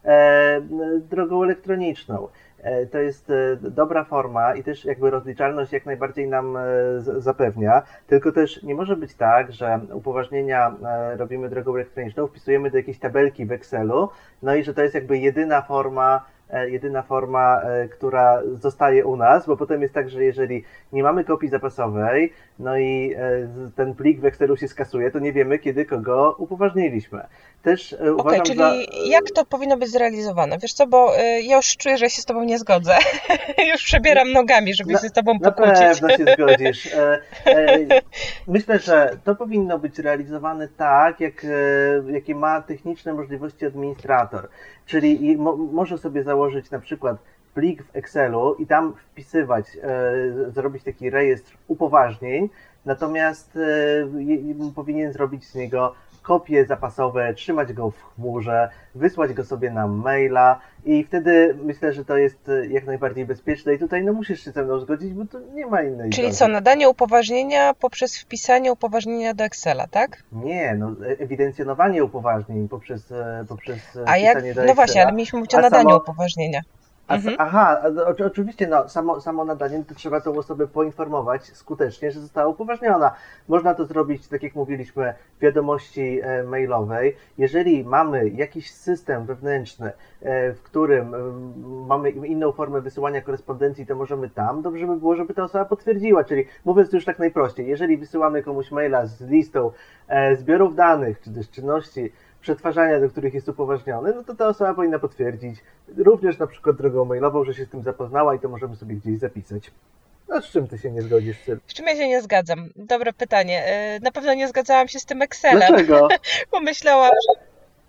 e, drogą elektroniczną. E, To jest e, dobra forma i też jakby rozliczalność jak najbardziej nam e, z- zapewnia, tylko też nie może być tak, że upoważnienia e, robimy drogą elektroniczną, wpisujemy do jakiejś tabelki w Excelu, no i że to jest jakby jedyna forma, e, jedyna forma, e, która zostaje u nas, bo potem jest tak, że jeżeli nie mamy kopii zapasowej, no i e, z- ten plik w Excelu się skasuje, to nie wiemy, kiedy kogo upoważniliśmy. Też e, Okej, uważam czyli za... jak to powinno być zrealizowane? Wiesz co, bo y, ja już czuję, że się z tobą nie zgodzę. Już przebieram nogami, żeby Na- się z tobą Na pokłócić. pewno się zgodzisz. E, e, Myślę, że to powinno być realizowane tak, jak, e, jakie ma techniczne możliwości administrator. Czyli i mo, może sobie założyć na przykład plik w Excelu i tam wpisywać, e, zrobić taki rejestr upoważnień, natomiast e, je- powinien zrobić z niego kopie zapasowe, trzymać go w chmurze, wysłać go sobie na maila i wtedy myślę, że to jest e, jak najbardziej bezpieczne i tutaj no musisz się ze mną zgodzić, bo to nie ma innej Czyli drogi. co, nadanie upoważnienia poprzez wpisanie upoważnienia do Excela, tak? Nie, no e- ewidencjonowanie upoważnień poprzez, e, poprzez e, A jak, wpisanie do no właśnie, Excela. ale mieliśmy mówić o A nadaniu samo- upoważnienia. A, Mhm. Aha, a, o- oczywiście, no, samo, samo nadanie to trzeba tą osobę poinformować skutecznie, że została upoważniona. Można to zrobić, tak jak mówiliśmy, w wiadomości e, mailowej. Jeżeli mamy jakiś system wewnętrzny, e, w którym em, mamy inną formę wysyłania korespondencji, to możemy tam. Dobrze by było, żeby ta osoba potwierdziła, czyli mówiąc już tak najprościej, jeżeli wysyłamy komuś maila z listą e, zbiorów danych, czy też czynności przetwarzania, do których jest upoważniony, no to ta osoba powinna potwierdzić również na przykład drogą mailową, że się z tym zapoznała i to możemy sobie gdzieś zapisać. No z czym ty się nie zgodzisz, Syl? Z czym ja się nie zgadzam? Dobre pytanie. E, Na pewno nie zgadzałam się z tym Excelem, Dlaczego? bo myślałam, że, myślałam, że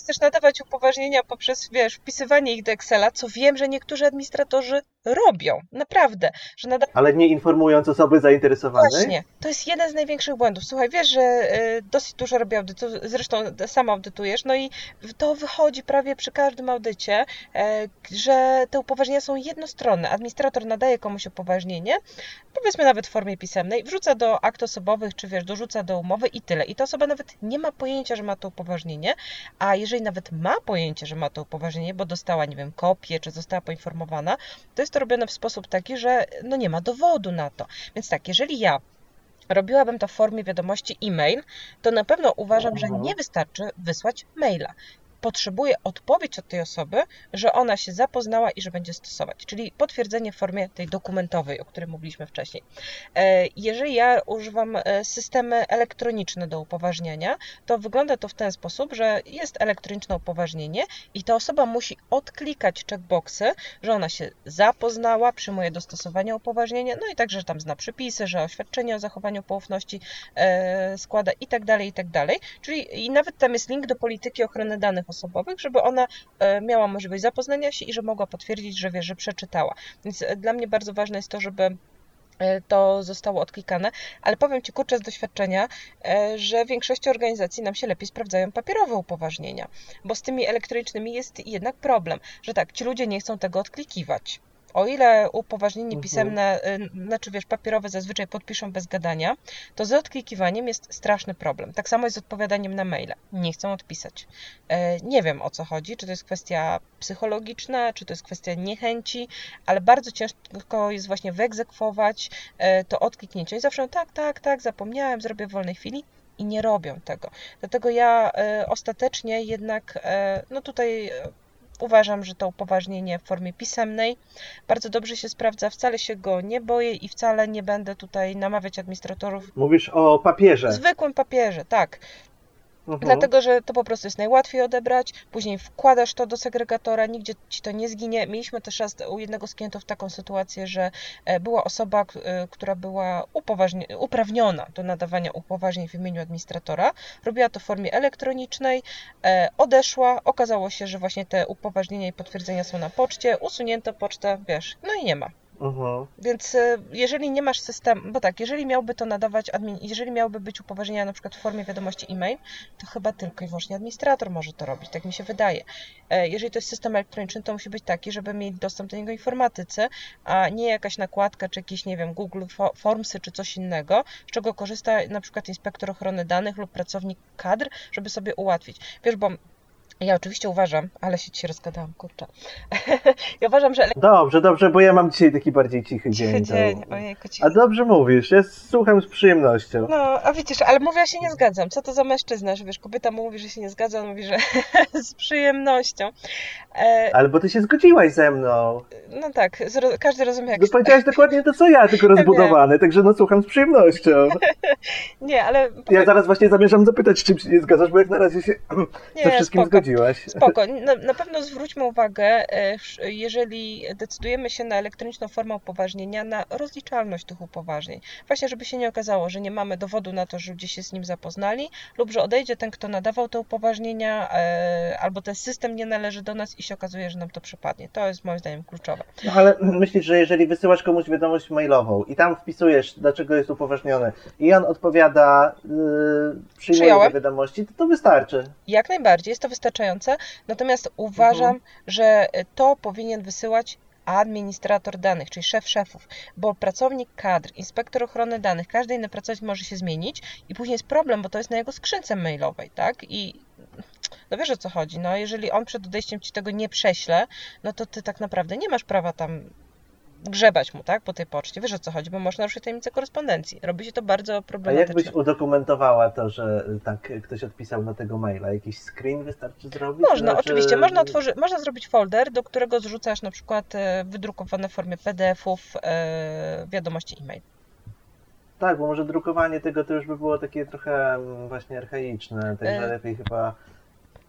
chcesz nadawać upoważnienia poprzez, wiesz, wpisywanie ich do Excela, co wiem, że niektórzy administratorzy robią, naprawdę. Że nada... Ale nie informując osoby zainteresowanej? Właśnie, to jest jeden z największych błędów. Słuchaj, wiesz, że y, dosyć dużo robię audytu, zresztą sam audytujesz, no i to wychodzi prawie przy każdym audycie, y, że te upoważnienia są jednostronne. Administrator nadaje komuś upoważnienie, powiedzmy nawet w formie pisemnej, wrzuca do akt osobowych, czy wiesz, dorzuca do umowy i tyle. I ta osoba nawet nie ma pojęcia, że ma to upoważnienie, a jeżeli nawet ma pojęcie, że ma to upoważnienie, bo dostała, nie wiem, kopię, czy została poinformowana, to jest to robione w sposób taki, że no nie ma dowodu na to. Więc tak, jeżeli ja robiłabym to w formie wiadomości e-mail, to na pewno uważam, że nie wystarczy wysłać maila. Potrzebuję odpowiedź od tej osoby, że ona się zapoznała i że będzie stosować, czyli potwierdzenie w formie tej dokumentowej, o której mówiliśmy wcześniej. Jeżeli ja używam systemy elektroniczne do upoważniania, to wygląda to w ten sposób, że jest elektroniczne upoważnienie i ta osoba musi odklikać checkboxy, że ona się zapoznała, przyjmuje do stosowania upoważnienia, no i także, że tam zna przepisy, że oświadczenie o zachowaniu poufności składa i tak dalej, i tak dalej. Czyli i nawet tam jest link do polityki ochrony danych osobowych, żeby ona miała możliwość zapoznania się i że mogła potwierdzić, że wie, że przeczytała. Więc dla mnie bardzo ważne jest to, żeby to zostało odklikane, ale powiem Ci, kurczę, z doświadczenia, że w większości organizacji nam się lepiej sprawdzają papierowe upoważnienia, bo z tymi elektronicznymi jest jednak problem, że tak, ci ludzie nie chcą tego odklikiwać. O ile upoważnienie pisemne, mhm. znaczy wiesz, papierowe zazwyczaj podpiszą bez gadania, to z odklikiwaniem jest straszny problem. Tak samo jest z odpowiadaniem na maile. Nie chcą odpisać. Nie wiem, o co chodzi, czy to jest kwestia psychologiczna, czy to jest kwestia niechęci, ale bardzo ciężko jest właśnie wyegzekwować to odkliknięcie. I zawsze tak, tak, tak, zapomniałem, zrobię w wolnej chwili. I nie robią tego. Dlatego ja ostatecznie jednak, no tutaj uważam, że to upoważnienie w formie pisemnej bardzo dobrze się sprawdza, wcale się go nie boję i wcale nie będę tutaj namawiać administratorów. Mówisz o papierze. W zwykłym papierze, tak. Mhm. Dlatego, że to po prostu jest najłatwiej odebrać, później wkładasz to do segregatora, nigdzie Ci to nie zginie. Mieliśmy też raz u jednego z klientów taką sytuację, że była osoba, która była upoważni- uprawniona do nadawania upoważnień w imieniu administratora, robiła to w formie elektronicznej, odeszła, okazało się, że właśnie te upoważnienia i potwierdzenia są na poczcie, usunięto pocztę, wiesz, no i nie ma. Mhm. Więc jeżeli nie masz systemu, bo tak, jeżeli miałby to nadawać, admin, jeżeli miałby być upoważnienia na przykład w formie wiadomości e-mail, to chyba tylko i wyłącznie administrator może to robić, tak mi się wydaje. Jeżeli to jest system elektroniczny, to musi być taki, żeby mieć dostęp do niego informatycy, a nie jakaś nakładka, czy jakiś, nie wiem, Google Formsy, czy coś innego, z czego korzysta na przykład inspektor ochrony danych lub pracownik kadr, żeby sobie ułatwić. Wiesz, bo ja oczywiście uważam, ale się dzisiaj rozgadałam, kurczę. Ja uważam, że... Dobrze, dobrze, bo ja mam dzisiaj taki bardziej cichy dzień. Cichy dzień, to... ojejku, cichy. A dobrze mówisz, ja słucham z przyjemnością. No, a widzisz, ale mówię, ja się nie zgadzam. Co to za mężczyzna, że wiesz, kobieta mówi, że się nie zgadza, on mówi, że z przyjemnością. E... Ale bo ty się zgodziłaś ze mną. No tak, zro... każdy rozumie jak... No powiedziałaś dokładnie to, co ja, tylko rozbudowane, także no słucham z przyjemnością. Nie, ale... Ja zaraz właśnie zamierzam zapytać, czym się nie zgadzasz, bo jak na razie się nie, ze wszystkim spoko. zgodziłaś. Spoko. Na, na pewno zwróćmy uwagę, jeżeli decydujemy się na elektroniczną formę upoważnienia, na rozliczalność tych upoważnień. Właśnie, żeby się nie okazało, że nie mamy dowodu na to, że ludzie się z nim zapoznali, lub że odejdzie ten, kto nadawał te upoważnienia, albo ten system nie należy do nas i się okazuje, że nam to przypadnie. To jest moim zdaniem kluczowe. No ale myślisz, że jeżeli wysyłasz komuś wiadomość mailową i tam wpisujesz, dlaczego jest upoważniony i on odpowiada, yy, przyjmuje Przyjąłem. te wiadomości, to to wystarczy. Jak najbardziej, jest to wystarczające, natomiast uważam, mhm. że to powinien wysyłać administrator danych, czyli szef szefów, bo pracownik kadr, inspektor ochrony danych, każdy inny pracownik może się zmienić i później jest problem, bo to jest na jego skrzynce mailowej, tak? I no wiesz, o co chodzi, no jeżeli on przed odejściem Ci tego nie prześle, no to Ty tak naprawdę nie masz prawa tam grzebać mu, tak, po tej poczcie. Wiesz, o co chodzi, bo można naruszyć tajemnicę korespondencji. Robi się to bardzo problematyczne. A jak byś udokumentowała to, że tak ktoś odpisał na tego maila? Jakiś screen wystarczy zrobić? Można, znaczy... oczywiście. Można, otworzy... można zrobić folder, do którego zrzucasz na przykład wydrukowane w formie P D F-ów e, wiadomości e-mail. Tak, bo może drukowanie tego to już by było takie trochę właśnie archaiczne, także e... lepiej chyba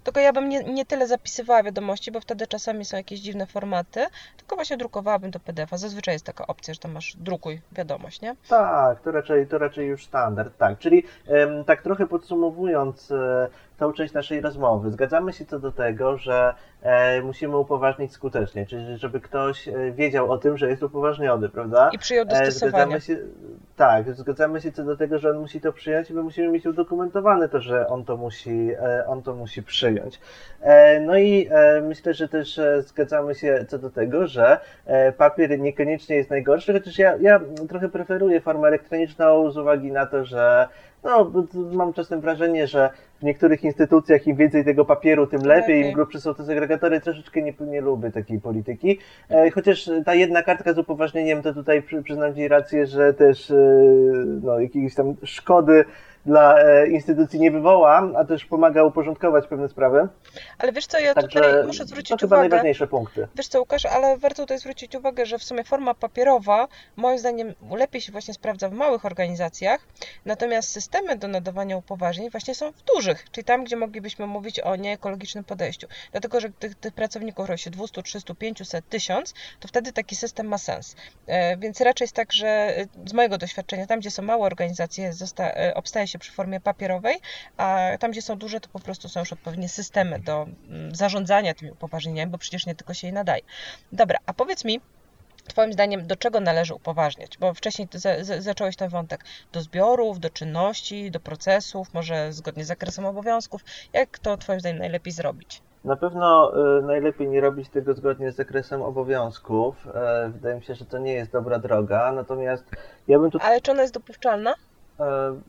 tylko ja bym nie, nie tyle zapisywała wiadomości, bo wtedy czasami są jakieś dziwne formaty, tylko właśnie drukowałabym do P D F-a. Zazwyczaj jest taka opcja, że tam masz drukuj wiadomość, nie? Tak, to raczej, to raczej już standard, tak. Czyli em, tak trochę podsumowując e, tą część naszej rozmowy, zgadzamy się co do tego, że e, musimy upoważnić skutecznie, czyli żeby ktoś e, wiedział o tym, że jest upoważniony, prawda? I przyjął E, dostosowanie. zgadzamy się, tak, zgadzamy się co do tego, że on musi to przyjąć i my musimy mieć udokumentowane to, że on to musi, e, on to musi przyjąć. E, no i e, myślę, że też e, zgadzamy się co do tego, że e, papier niekoniecznie jest najgorszy, chociaż ja, ja trochę preferuję formę elektroniczną z uwagi na to, że no, mam czasem wrażenie, że w niektórych instytucjach im więcej tego papieru, tym lepiej, Lepiej. im grubsze są te segregatory. Troszeczkę nie, nie lubię takiej polityki. E, chociaż ta jedna kartka z upoważnieniem, to tutaj przy, przyznam Ci rację, że też e, no, jakiejś tam szkody dla e, instytucji nie wywoła, a też pomaga uporządkować pewne sprawy. Ale wiesz co, ja Także tutaj muszę to zwrócić chyba uwagę. najważniejsze punkty. Wiesz co, Łukasz, ale warto tutaj zwrócić uwagę, że w sumie forma papierowa moim zdaniem lepiej się właśnie sprawdza w małych organizacjach, natomiast systemy do nadawania upoważnień właśnie są w dużych, czyli tam, gdzie moglibyśmy mówić o nieekologicznym podejściu. Dlatego, że tych, tych pracowników rośnie dwieście, trzysta, pięćset, tysiąc, to wtedy taki system ma sens. E, więc raczej jest tak, że e, z mojego doświadczenia, tam, gdzie są małe organizacje, zosta- e, obstaje się przy formie papierowej, a tam, gdzie są duże, to po prostu są już odpowiednie systemy do mm, zarządzania tymi upoważnieniami, bo przecież nie tylko się jej nadaje. Dobra, a powiedz mi, Twoim zdaniem, do czego należy upoważniać? Bo wcześniej ty za, za, zacząłeś ten wątek do zbiorów, do czynności, do procesów, może zgodnie z zakresem obowiązków. Jak to Twoim zdaniem najlepiej zrobić? Na pewno y, najlepiej nie robić tego zgodnie z zakresem obowiązków. E, wydaje mi się, że to nie jest dobra droga, natomiast ja bym tutaj... Ale czy ona jest dopuszczalna? E,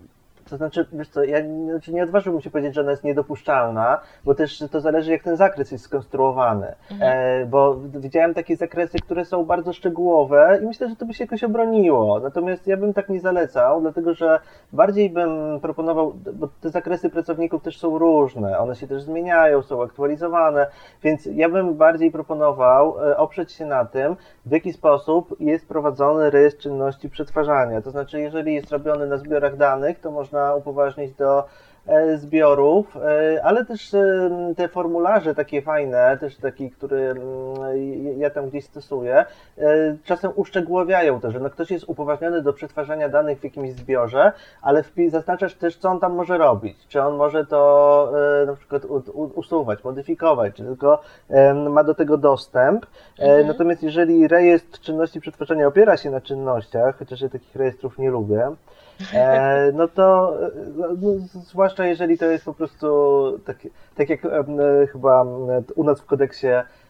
To znaczy, wiesz co, ja znaczy nie odważyłbym się powiedzieć, że ona jest niedopuszczalna, bo też to zależy, jak ten zakres jest skonstruowany. Mhm. E, bo widziałem takie zakresy, które są bardzo szczegółowe i myślę, że to by się jakoś obroniło. Natomiast ja bym tak nie zalecał, dlatego że bardziej bym proponował, bo te zakresy pracowników też są różne, one się też zmieniają, są aktualizowane, więc ja bym bardziej proponował e, oprzeć się na tym, w jaki sposób jest prowadzony rejestr czynności przetwarzania. To znaczy, jeżeli jest robiony na zbiorach danych, to można upoważnić do e, zbiorów, e, ale też e, te formularze takie fajne, też taki, który mm, ja tam gdzieś stosuję, e, czasem uszczegółowiają to, że no ktoś jest upoważniony do przetwarzania danych w jakimś zbiorze, ale wpis, zaznaczasz też, co on tam może robić. Czy on może to e, na przykład u, u, usuwać, modyfikować, czy tylko e, ma do tego dostęp. E, Mhm. Natomiast jeżeli rejestr czynności przetwarzania opiera się na czynnościach, chociaż ja takich rejestrów nie lubię, E, no to no, zwłaszcza jeżeli to jest po prostu tak, tak jak e, chyba u nas w kodeksie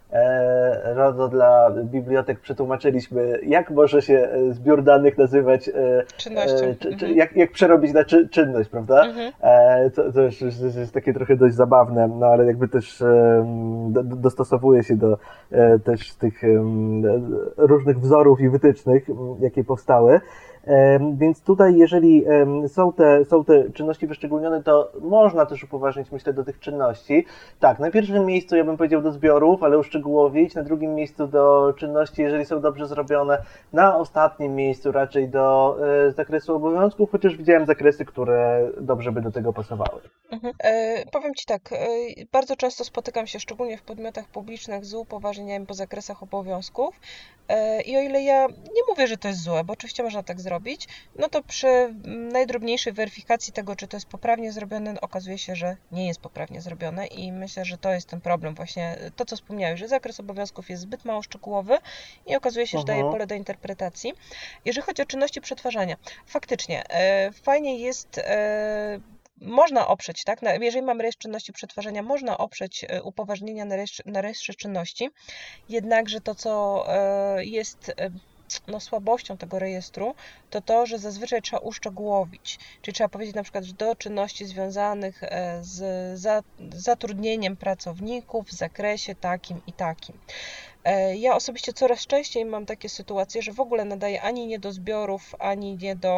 e, RODO dla bibliotek przetłumaczyliśmy, jak może się zbiór danych nazywać, e, Czynnością. e, czy, czy, Mhm. jak, jak przerobić na czy, czynność, prawda? Mhm. E, to, to już już jest takie trochę dość zabawne, no ale jakby też e, do, dostosowuje się do e, też tych e, różnych wzorów i wytycznych, jakie powstały. Więc tutaj, jeżeli są te, są te czynności wyszczególnione, to można też upoważnić, myślę, do tych czynności. Tak, na pierwszym miejscu ja bym powiedział do zbiorów, ale uszczegółowić, na drugim miejscu do czynności, jeżeli są dobrze zrobione, na ostatnim miejscu raczej do e, zakresu obowiązków, chociaż widziałem zakresy, które dobrze by do tego pasowały. Mhm. E, powiem Ci tak, e, bardzo często spotykam się, szczególnie w podmiotach publicznych, z upoważnieniami po zakresach obowiązków e, i o ile ja nie mówię, że to jest złe, bo oczywiście można tak zrobić, no to przy najdrobniejszej weryfikacji tego, czy to jest poprawnie zrobione, okazuje się, że nie jest poprawnie zrobione i myślę, że to jest ten problem właśnie, to co wspomniałeś, że zakres obowiązków jest zbyt mało szczegółowy i okazuje się, że daje Mhm. pole do interpretacji. Jeżeli chodzi o czynności przetwarzania, faktycznie e, fajnie jest e, można oprzeć, tak? Na- Jeżeli mamy rejestr czynności przetwarzania, można oprzeć e, upoważnienia na rejestrze, na rejestrze czynności, jednakże to, co e, jest e, no, słabością tego rejestru, to to, że zazwyczaj trzeba uszczegółowić. Czyli trzeba powiedzieć na przykład, że do czynności związanych e, z za, zatrudnieniem pracowników w zakresie takim i takim. E, Ja osobiście coraz częściej mam takie sytuacje, że w ogóle nadaję ani nie do zbiorów, ani nie do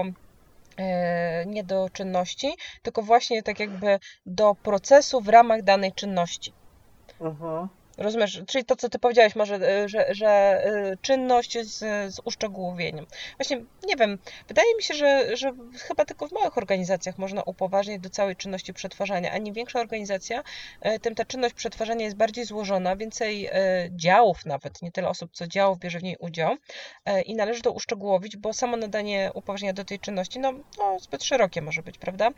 e, nie do czynności, tylko właśnie tak jakby do procesu w ramach danej czynności. Mhm. Rozumiesz? Czyli to, co ty powiedziałeś może, że, że czynność z, z uszczegółowieniem. Właśnie, nie wiem, wydaje mi się, że, że chyba tylko w małych organizacjach można upoważnić do całej czynności przetwarzania, a im większa organizacja, tym ta czynność przetwarzania jest bardziej złożona, więcej działów nawet, nie tyle osób, co działów bierze w niej udział i należy to uszczegółowić, bo samo nadanie upoważnienia do tej czynności, no, no zbyt szerokie może być, prawda?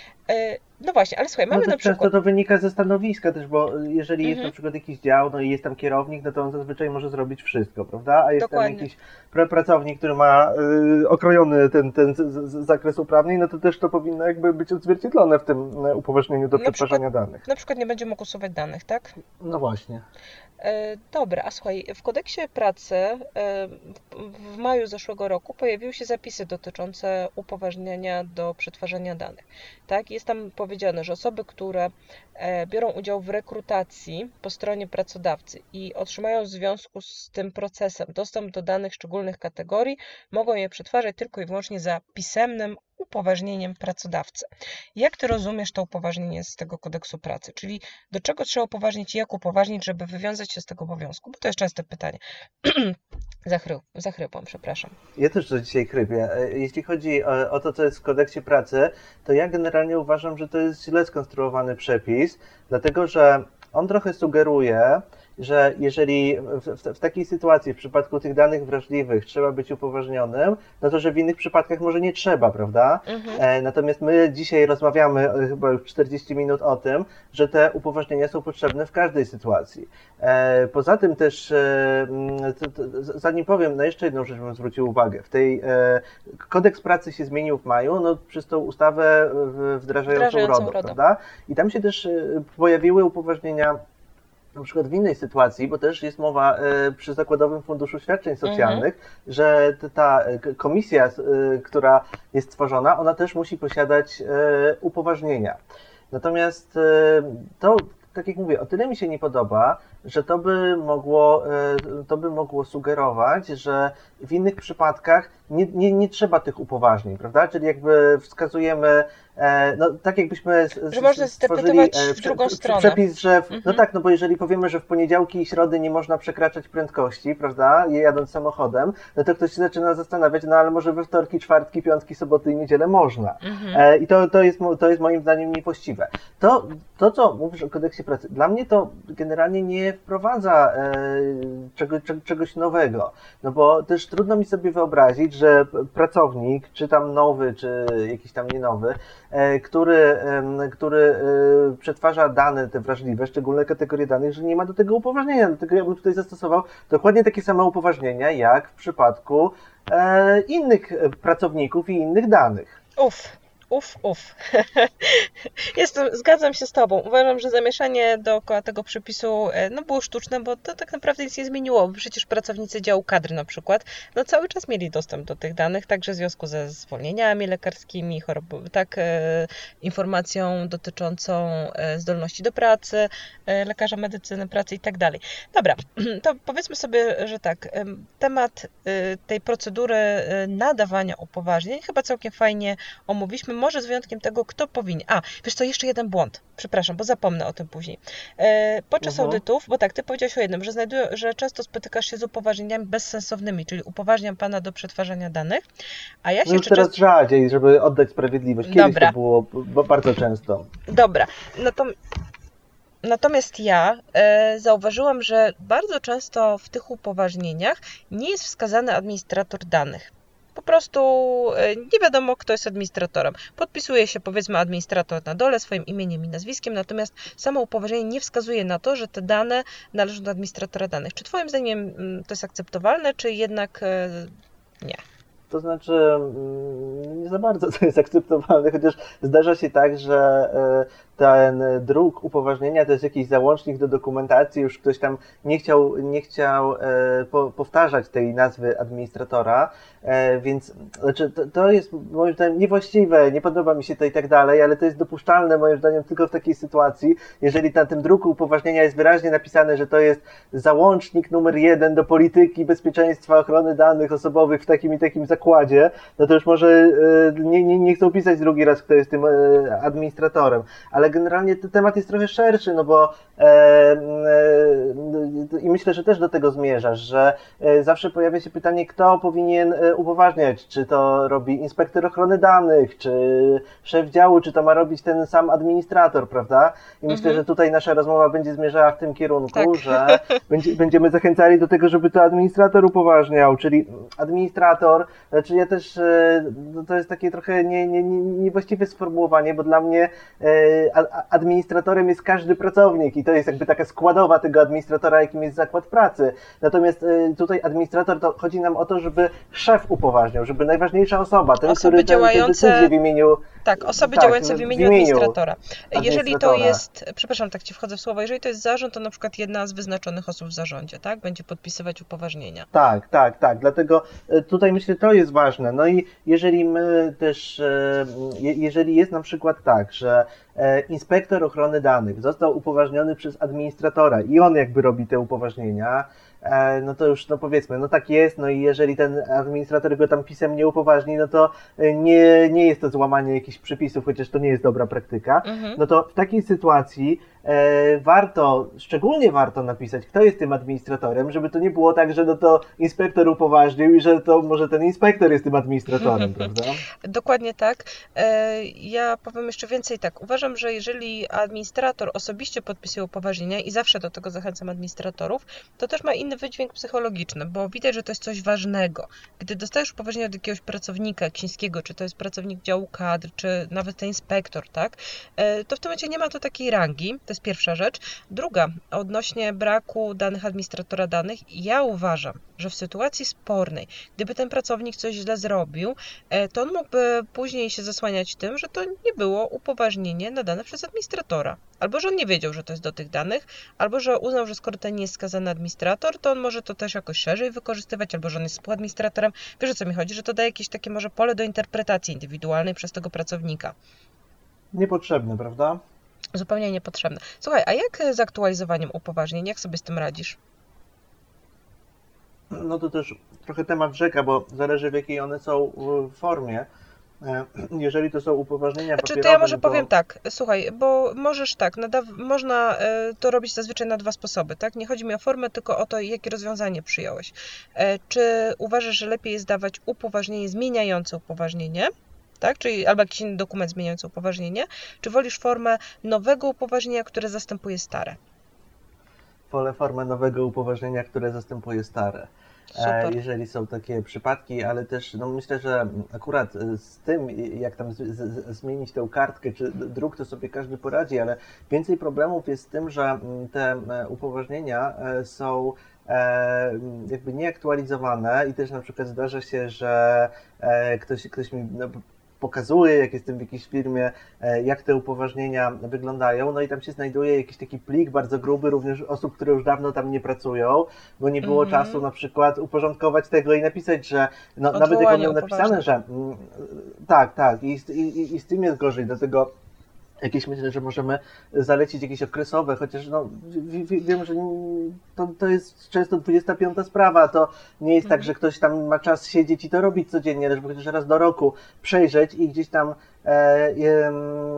No właśnie, ale słuchaj, mamy no to na przykład... Często to wynika ze stanowiska też, bo jeżeli jest Mhm. na przykład jakiś dział, no i jest tam kierownik, no to on zazwyczaj może zrobić wszystko, prawda? A jest Dokładnie. tam jakiś pra- pracownik, który ma y, okrojony ten, ten z, z, zakres uprawnień, no to też to powinno jakby być odzwierciedlone w tym e, upoważnieniu do Na przetwarzania danych. Na przykład nie będzie mógł usuwać danych, tak? No właśnie. E, Dobra, a słuchaj, w kodeksie pracy e, w- w maju zeszłego roku pojawiły się zapisy dotyczące upoważnienia do przetwarzania danych. Tak? Jest tam powiedziane, że osoby, które e, biorą udział w rekrutacji po stronie pracodawcy i otrzymają w związku z tym procesem dostęp do danych szczególnych kategorii, mogą je przetwarzać tylko i wyłącznie za pisemnym upoważnieniem pracodawcy. Jak ty rozumiesz to upoważnienie z tego kodeksu pracy? Czyli do czego trzeba upoważnić i jak upoważnić, żeby wywiązać się z tego obowiązku? Bo to jest częste pytanie. Zachry... Zachrypłam, przepraszam. Ja też to dzisiaj chrypię. E, Jeśli chodzi o, o to, co jest w kodeksie pracy, to ja generalnie uważam, że to jest źle skonstruowany przepis, dlatego że on trochę sugeruje, że jeżeli w, w, w takiej sytuacji, w przypadku tych danych wrażliwych trzeba być upoważnionym, no to że w innych przypadkach może nie trzeba, prawda? Mhm. E, natomiast my dzisiaj rozmawiamy e, chyba już czterdzieści minut o tym, że te upoważnienia są potrzebne w każdej sytuacji. E, poza tym też, e, mm, to, to, z- zanim powiem, na jeszcze jedną rzecz bym zwrócił uwagę. W tej e, kodeks pracy się zmienił w maju, no przez tą ustawę w- wdrażającą Wdrażającą RODO, RODO. prawda? I tam się też e, pojawiły upoważnienia na przykład w innej sytuacji, bo też jest mowa e, przy Zakładowym Funduszu Świadczeń Socjalnych, że t- ta e, k- komisja, s- e, która jest tworzona, ona też musi posiadać e, upoważnienia. Natomiast e, to, tak jak mówię, o tyle mi się nie podoba, że to by mogło, e, to by mogło sugerować, że w innych przypadkach nie, nie, nie trzeba tych upoważnień, prawda? Czyli jakby wskazujemy, e, no tak jakbyśmy s- s- Że można stworzyli, zinterpretować e, w drugą prze- stronę. przepis, że w, no Mhm. tak, no bo jeżeli powiemy, że w poniedziałki i środy nie można przekraczać prędkości, prawda, je jadąc samochodem, no to ktoś się zaczyna zastanawiać, no ale może we wtorki, czwartki, piątki, soboty i niedzielę można. Mhm. E, I to, to, jest, mo- to jest moim zdaniem niewłaściwe. To, to, co mówisz o kodeksie pracy, dla mnie to generalnie nie wprowadza e, czego, czego, czegoś nowego. No bo też trudno mi sobie wyobrazić, że p- pracownik, czy tam nowy, czy jakiś tam nie nowy, e, który, em, który e, przetwarza dane te wrażliwe, szczególne kategorie danych, że nie ma do tego upoważnienia. Dlatego ja bym tutaj zastosował dokładnie takie same upoważnienia, jak w przypadku e, innych e, pracowników i innych danych. Uf, uf, uf. Jestem, zgadzam się z tobą. Uważam, że zamieszanie dookoła tego przepisu e, no, było sztuczne, bo to tak naprawdę nic nie zmieniło. Bo przecież pracownicy działu kadry na przykład, no cały czas mieli dostęp do tych danych, także w związku ze zwolnieniami lekarskimi, chorob, tak, e, informacją dotyczącą e, zdolności do pracy, e, lekarza medycyny pracy i tak dalej. Dobra, to powiedzmy sobie, że tak, em, temat e, tej procedury e, nadawania upoważnień chyba całkiem fajnie omówiliśmy, może z wyjątkiem tego, kto powinien. A, wiesz co, jeszcze jeden błąd. Przepraszam, bo zapomnę o tym później. E, podczas Mhm. audytów, bo tak, ty powiedziałeś o jednym, że znajduję, że często spotykasz się z upoważnieniami bezsensownymi, czyli upoważniam pana do przetwarzania danych, a ja się No już jeszcze teraz często... rzadziej, żeby oddać sprawiedliwość. Kiedyś Dobra. to było b- bardzo często. Dobra, no to... Natomiast ja e, zauważyłam, że bardzo często w tych upoważnieniach nie jest wskazany administrator danych. Po prostu e, nie wiadomo, kto jest administratorem. Podpisuje się, powiedzmy, administrator na dole swoim imieniem i nazwiskiem, natomiast samo upoważnienie nie wskazuje na to, że te dane należą do administratora danych. Czy twoim zdaniem mm, to jest akceptowalne, czy jednak e, nie? To znaczy, mm, nie za bardzo to jest akceptowalne, chociaż zdarza się tak, że e, ten druk upoważnienia to jest jakiś załącznik do dokumentacji, już ktoś tam nie chciał, nie chciał e, po, powtarzać tej nazwy administratora, e, więc znaczy, to, to jest moim zdaniem niewłaściwe, nie podoba mi się to i tak dalej, ale to jest dopuszczalne moim zdaniem tylko w takiej sytuacji, jeżeli na tym druku upoważnienia jest wyraźnie napisane, że to jest załącznik numer jeden do polityki bezpieczeństwa, ochrony danych osobowych w takim i takim zakładzie, zakładzie, no to już może nie, nie, nie chcą pisać drugi raz, kto jest tym administratorem. Ale generalnie ten temat jest trochę szerszy, no bo e, e, i myślę, że też do tego zmierzasz, że zawsze pojawia się pytanie, kto powinien upoważniać, czy to robi inspektor ochrony danych, czy szef działu, czy to ma robić ten sam administrator, prawda? I myślę, Mhm. że tutaj nasza rozmowa będzie zmierzała w tym kierunku, Tak. że będzie, będziemy zachęcali do tego, żeby to administrator upoważniał, czyli administrator, znaczy ja też, no to jest takie trochę nie, nie, nie, niewłaściwe sformułowanie, bo dla mnie administratorem jest każdy pracownik i to jest jakby taka składowa tego administratora, jakim jest zakład pracy. Natomiast tutaj administrator, to chodzi nam o to, żeby szef upoważniał, żeby najważniejsza osoba, ten, Osoby który działające- te decyzje w imieniu... Tak, osoby Tak, działające w w imieniu imieniu administratora. Jeżeli to administratora. jest, przepraszam, tak ci wchodzę w słowo, jeżeli to jest zarząd, to na przykład jedna z wyznaczonych osób w zarządzie, tak? Będzie podpisywać upoważnienia. Tak, tak, tak. Dlatego e, tutaj myślę, to jest ważne. No i jeżeli my też, e, je- jeżeli jest na przykład tak, że e, inspektor ochrony danych został upoważniony przez administratora i on jakby robi te upoważnienia, e, no to już, no powiedzmy, no tak jest, no i jeżeli ten administrator go tam pisemnie upoważni, no to e, nie, nie jest to złamanie jakichś przepisów, chociaż to nie jest dobra praktyka, Mhm. no to w takiej sytuacji e, warto, szczególnie warto napisać, kto jest tym administratorem, żeby to nie było tak, że no to inspektor upoważnił i że to może ten inspektor jest tym administratorem, prawda? Dokładnie tak. E, Ja powiem jeszcze więcej tak. Uważam, że jeżeli administrator osobiście podpisuje upoważnienia i zawsze do tego zachęcam administratorów, to też ma inny wydźwięk psychologiczny, bo widać, że to jest coś ważnego. Gdy dostajesz upoważnienia od jakiegoś pracownika ksińskiego, czy to jest pracownik działu kadr, czy nawet ten inspektor, tak, e, to w tym momencie nie ma to takiej rangi. To jest pierwsza rzecz. Druga, odnośnie braku danych administratora danych, ja uważam, że w sytuacji spornej, gdyby ten pracownik coś źle zrobił, e, to on mógłby później się zasłaniać tym, że to nie było upoważnienie nadane przez administratora. Albo że on nie wiedział, że to jest do tych danych, albo że uznał, że skoro ten nie jest skazany administrator, to on może to też jakoś szerzej wykorzystywać, albo że on jest współadministratorem. Wiesz, o co mi chodzi? Że to daje jakieś takie może pole do interpretacji indywidualnej przez tego pracownika. Niepotrzebne, prawda? Zupełnie niepotrzebne. Słuchaj, a jak z aktualizowaniem upoważnień? Jak sobie z tym radzisz? No to też trochę temat rzeka, bo zależy w jakiej one są w formie. E, Jeżeli to są upoważnienia Znaczy, papierowe, to ja może no to... powiem tak, słuchaj, bo możesz tak, nadaw- można e, to robić zazwyczaj na dwa sposoby, tak? Nie chodzi mi o formę, tylko o to, jakie rozwiązanie przyjąłeś. E, Czy uważasz, że lepiej jest dawać upoważnienie zmieniające upoważnienie, tak? Czyli albo jakiś inny dokument zmieniający upoważnienie, czy wolisz formę nowego upoważnienia, które zastępuje stare? Wolę formę nowego upoważnienia, które zastępuje stare. Super. E, Jeżeli są takie przypadki, ale też no myślę, że akurat z tym, jak tam z, z, zmienić tę kartkę czy druk, to sobie każdy poradzi, ale więcej problemów jest z tym, że te upoważnienia są e, jakby nieaktualizowane i też na przykład zdarza się, że e, ktoś, ktoś mi no, pokazuje, jak jestem w jakiejś firmie, jak te upoważnienia wyglądają, no i tam się znajduje jakiś taki plik bardzo gruby, również osób, które już dawno tam nie pracują, bo nie było Mhm. czasu na przykład uporządkować tego i napisać, że no, nawet jak on Odwołanie miał napisane, upoważnień. że mm, tak, tak, i, z- i, i z tym jest gorzej, dlatego jakieś myślę, że możemy zalecić jakieś okresowe, chociaż no, wi- wi- wiem, że to, to jest często dwudziesta piąta sprawa, to nie jest tak, Mhm. że ktoś tam ma czas siedzieć i to robić codziennie, lecz chociaż raz do roku przejrzeć i gdzieś tam e, e,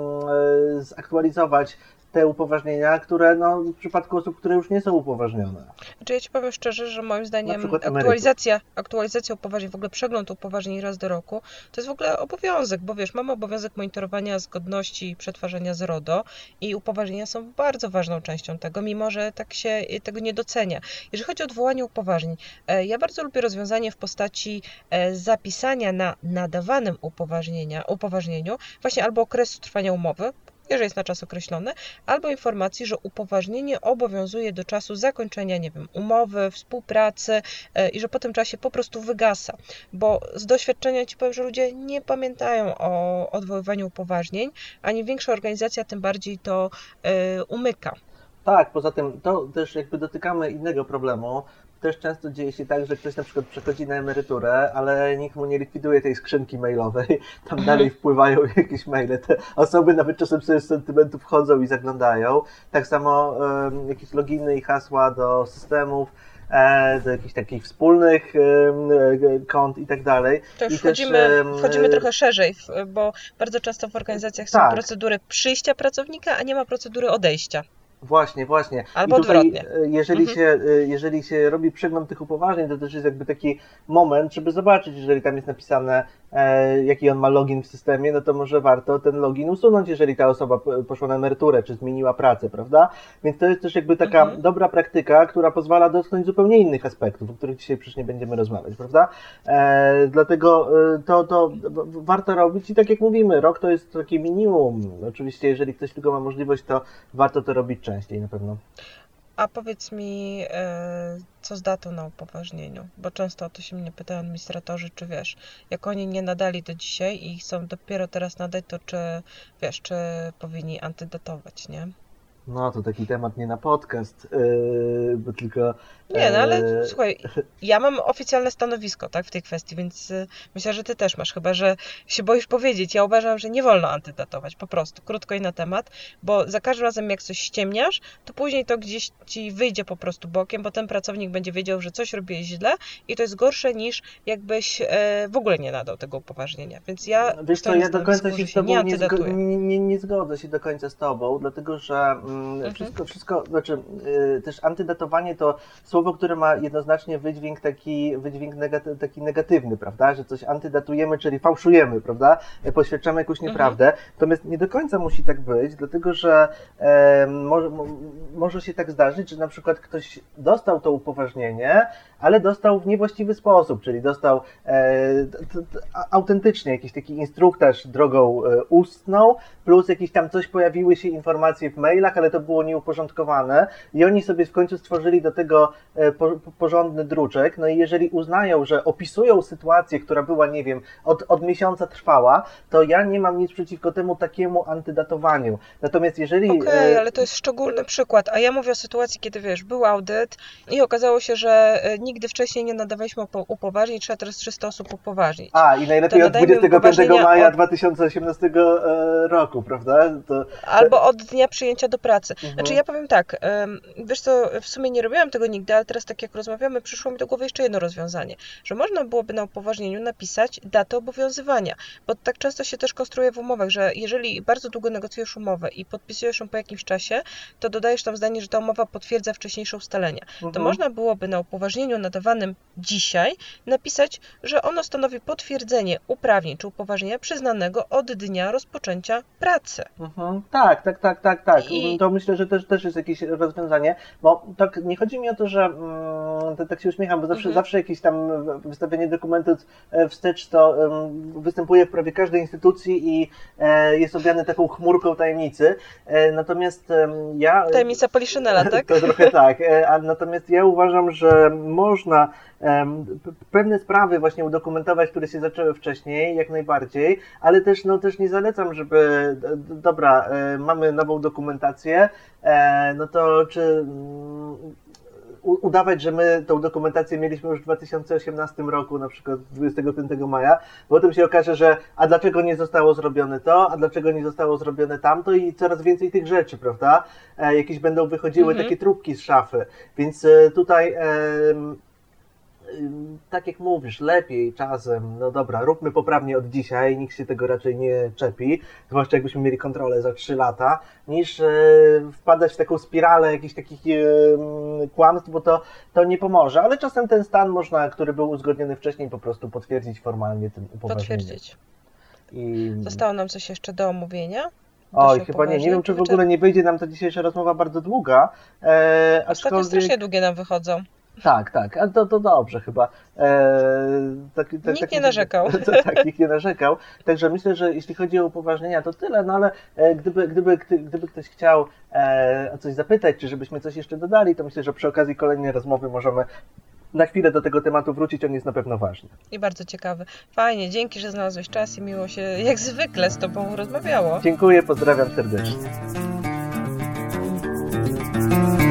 zaktualizować te upoważnienia, które no, w przypadku osób, które już nie są upoważnione. Znaczy ja Ci powiem szczerze, że moim Na zdaniem przykład emerytów. aktualizacja, aktualizacja upoważnień, w ogóle przegląd upoważnień raz do roku, to jest w ogóle obowiązek, bo wiesz, mamy obowiązek monitorowania zgodności i przetwarzania z RODO i upoważnienia są bardzo ważną częścią tego, mimo że tak się tego nie docenia. Jeżeli chodzi o odwołanie upoważnień, e, ja bardzo lubię rozwiązanie w postaci e, zapisania na nadawanym upoważnienia, upoważnieniu właśnie albo okresu trwania umowy, jeżeli jest na czas określony, albo informacji, że upoważnienie obowiązuje do czasu zakończenia, nie wiem, umowy, współpracy e, i że po tym czasie po prostu wygasa. Bo z doświadczenia Ci powiem, że ludzie nie pamiętają o odwoływaniu upoważnień, ani większa organizacja tym bardziej to e, umyka. Tak, poza tym to też jakby dotykamy innego problemu. Też często dzieje się tak, że ktoś na przykład przechodzi na emeryturę, ale nikt mu nie likwiduje tej skrzynki mailowej. Tam dalej wpływają jakieś maile. Te osoby nawet czasem sobie z sentymentu wchodzą i zaglądają. Tak samo um, jakieś loginy i hasła do systemów. e, do jakichś takich wspólnych e, kont i tak dalej. To już I wchodzimy, też, e, wchodzimy trochę szerzej, bo bardzo często w organizacjach są tak. procedury przyjścia pracownika, a nie ma procedury odejścia. Właśnie, właśnie. Albo I tutaj, odwrotnie. jeżeli, Mhm. się, jeżeli się robi przegląd tych upoważnień, to też jest jakby taki moment, żeby zobaczyć, jeżeli tam jest napisane, e, jaki on ma login w systemie, no to może warto ten login usunąć, jeżeli ta osoba poszła na emeryturę, czy zmieniła pracę, prawda? Więc to jest też jakby taka Mhm. dobra praktyka, która pozwala dotknąć zupełnie innych aspektów, o których dzisiaj przecież nie będziemy rozmawiać, prawda? E, dlatego e, to, to warto robić i tak jak mówimy, rok to jest takie minimum. Oczywiście, jeżeli ktoś tylko ma możliwość, to warto to robić częściej na pewno. A powiedz mi, e, co z datą na upoważnieniu? Bo często o to się mnie pytają administratorzy, czy wiesz, jak oni nie nadali do dzisiaj i chcą dopiero teraz nadać, to czy, wiesz, czy powinni antydatować, nie? No, to taki temat nie na podcast, yy, bo tylko... Nie, no ale yy, słuchaj, ja mam oficjalne stanowisko, tak, w tej kwestii, więc y, myślę, że ty też masz, chyba że się boisz powiedzieć. Ja uważam, że nie wolno antydatować, po prostu, krótko i na temat, bo za każdym razem jak coś ściemniasz, to później to gdzieś ci wyjdzie po prostu bokiem, bo ten pracownik będzie wiedział, że coś robiłeś źle i to jest gorsze niż jakbyś e, w ogóle nie nadał tego upoważnienia, więc ja Wiesz co, stoję ja na do końca stanowisku, się że z tobą nie nie, antydatuję. zgo- nie, nie, nie zgodzę się do końca z tobą, dlatego że mm, Mhm. wszystko, wszystko, znaczy yy, też antydatowanie to słowo, które ma jednoznacznie wydźwięk taki, wydźwięk negaty, taki negatywny, prawda, że coś antydatujemy, czyli fałszujemy, prawda, poświadczamy jakąś Mhm. nieprawdę, natomiast nie do końca musi tak być, dlatego że e, może, mo, może się tak zdarzyć, że na przykład ktoś dostał to upoważnienie, ale dostał w niewłaściwy sposób, czyli dostał e, t, t, autentycznie jakiś taki instruktaż drogą e, ustną, plus jakieś tam coś pojawiły się informacje w mailach, ale to było nieuporządkowane i oni sobie w końcu stworzyli do tego e, po, porządny druczek, no i jeżeli uznają, że opisują sytuację, która była, nie wiem, od, od miesiąca trwała, to ja nie mam nic przeciwko temu takiemu antydatowaniu. Natomiast jeżeli... Okej, okay, e, ale to jest szczególny przykład, a ja mówię o sytuacji, kiedy wiesz, był audyt i okazało się, że e, nigdy wcześniej nie nadawaliśmy upo- upoważnień, trzeba teraz trzysta osób upoważnić. A, i najlepiej To od nadajmy dwudziestego piątego upoważnienia maja od- dwa tysiące osiemnastego e, roku, prawda? To, Albo od dnia przyjęcia do pracy. Mhm. Znaczy ja powiem tak, em, wiesz co, w sumie nie robiłam tego nigdy, ale teraz tak jak rozmawiamy, przyszło mi do głowy jeszcze jedno rozwiązanie, że można byłoby na upoważnieniu napisać datę obowiązywania, bo tak często się też konstruuje w umowach, że jeżeli bardzo długo negocjujesz umowę i podpisujesz ją po jakimś czasie, to dodajesz tam zdanie, że ta umowa potwierdza wcześniejsze ustalenia. To Mhm. można byłoby na upoważnieniu nadawanym dzisiaj napisać, że ono stanowi potwierdzenie uprawnień czy upoważnienia przyznanego od dnia rozpoczęcia pracy. Mhm. Tak, tak, tak, tak, tak. I- To myślę, że też, też jest jakieś rozwiązanie, bo tak nie chodzi mi o to, że mm, to, tak się uśmiecham, bo zawsze, Mhm. zawsze jakieś tam wystawienie dokumentu e, wstecz to um, występuje w prawie każdej instytucji i e, jest objane taką chmurką tajemnicy. E, natomiast em, ja... Tajemnica Poliszynela, tak? To trochę tak, e, a natomiast ja uważam, że można em, p- pewne sprawy właśnie udokumentować, które się zaczęły wcześniej, jak najbardziej, ale też, no, też nie zalecam, żeby, d- d- dobra, e, mamy nową dokumentację, e, no to czy mm, u- udawać, że my tą dokumentację mieliśmy już w dwa tysiące osiemnastym roku, na przykład dwudziestego piątego maja, bo potem się okaże, że a dlaczego nie zostało zrobione to, a dlaczego nie zostało zrobione tamto i coraz więcej tych rzeczy, prawda? E, jakieś będą wychodziły Mhm. takie trupki z szafy, więc e, tutaj em, ym, tak jak mówisz, lepiej czasem, no dobra, róbmy poprawnie od dzisiaj, nikt się tego raczej nie czepi, zwłaszcza jakbyśmy mieli kontrolę za trzy lata, niż e, wpadać w taką spiralę jakichś takich e, kłamstw, bo to, to nie pomoże, ale czasem ten stan można, który był uzgodniony wcześniej, po prostu potwierdzić formalnie tym upoważnieniem. Potwierdzić. I... Zostało nam coś jeszcze do omówienia? Oj, się chyba nie, nie upoważnień? wiem, czy w Wyczer- ogóle nie wyjdzie nam ta dzisiejsza rozmowa bardzo długa, e, Ostatnio aczkolwiek... strasznie długie nam wychodzą. Tak, tak, a to, to dobrze chyba. Eee, tak, tak, Nikt tak, nie narzekał. Tak, nikt nie narzekał. Także myślę, że jeśli chodzi o upoważnienia, to tyle, no ale e, gdyby, gdyby, gdy- gdyby ktoś chciał e, o coś zapytać, czy żebyśmy coś jeszcze dodali, to myślę, że przy okazji kolejnej rozmowy możemy na chwilę do tego tematu wrócić, on jest na pewno ważny. I bardzo ciekawy. Fajnie, dzięki, że znalazłeś czas i miło się jak zwykle z Tobą rozmawiało. Dziękuję, pozdrawiam serdecznie.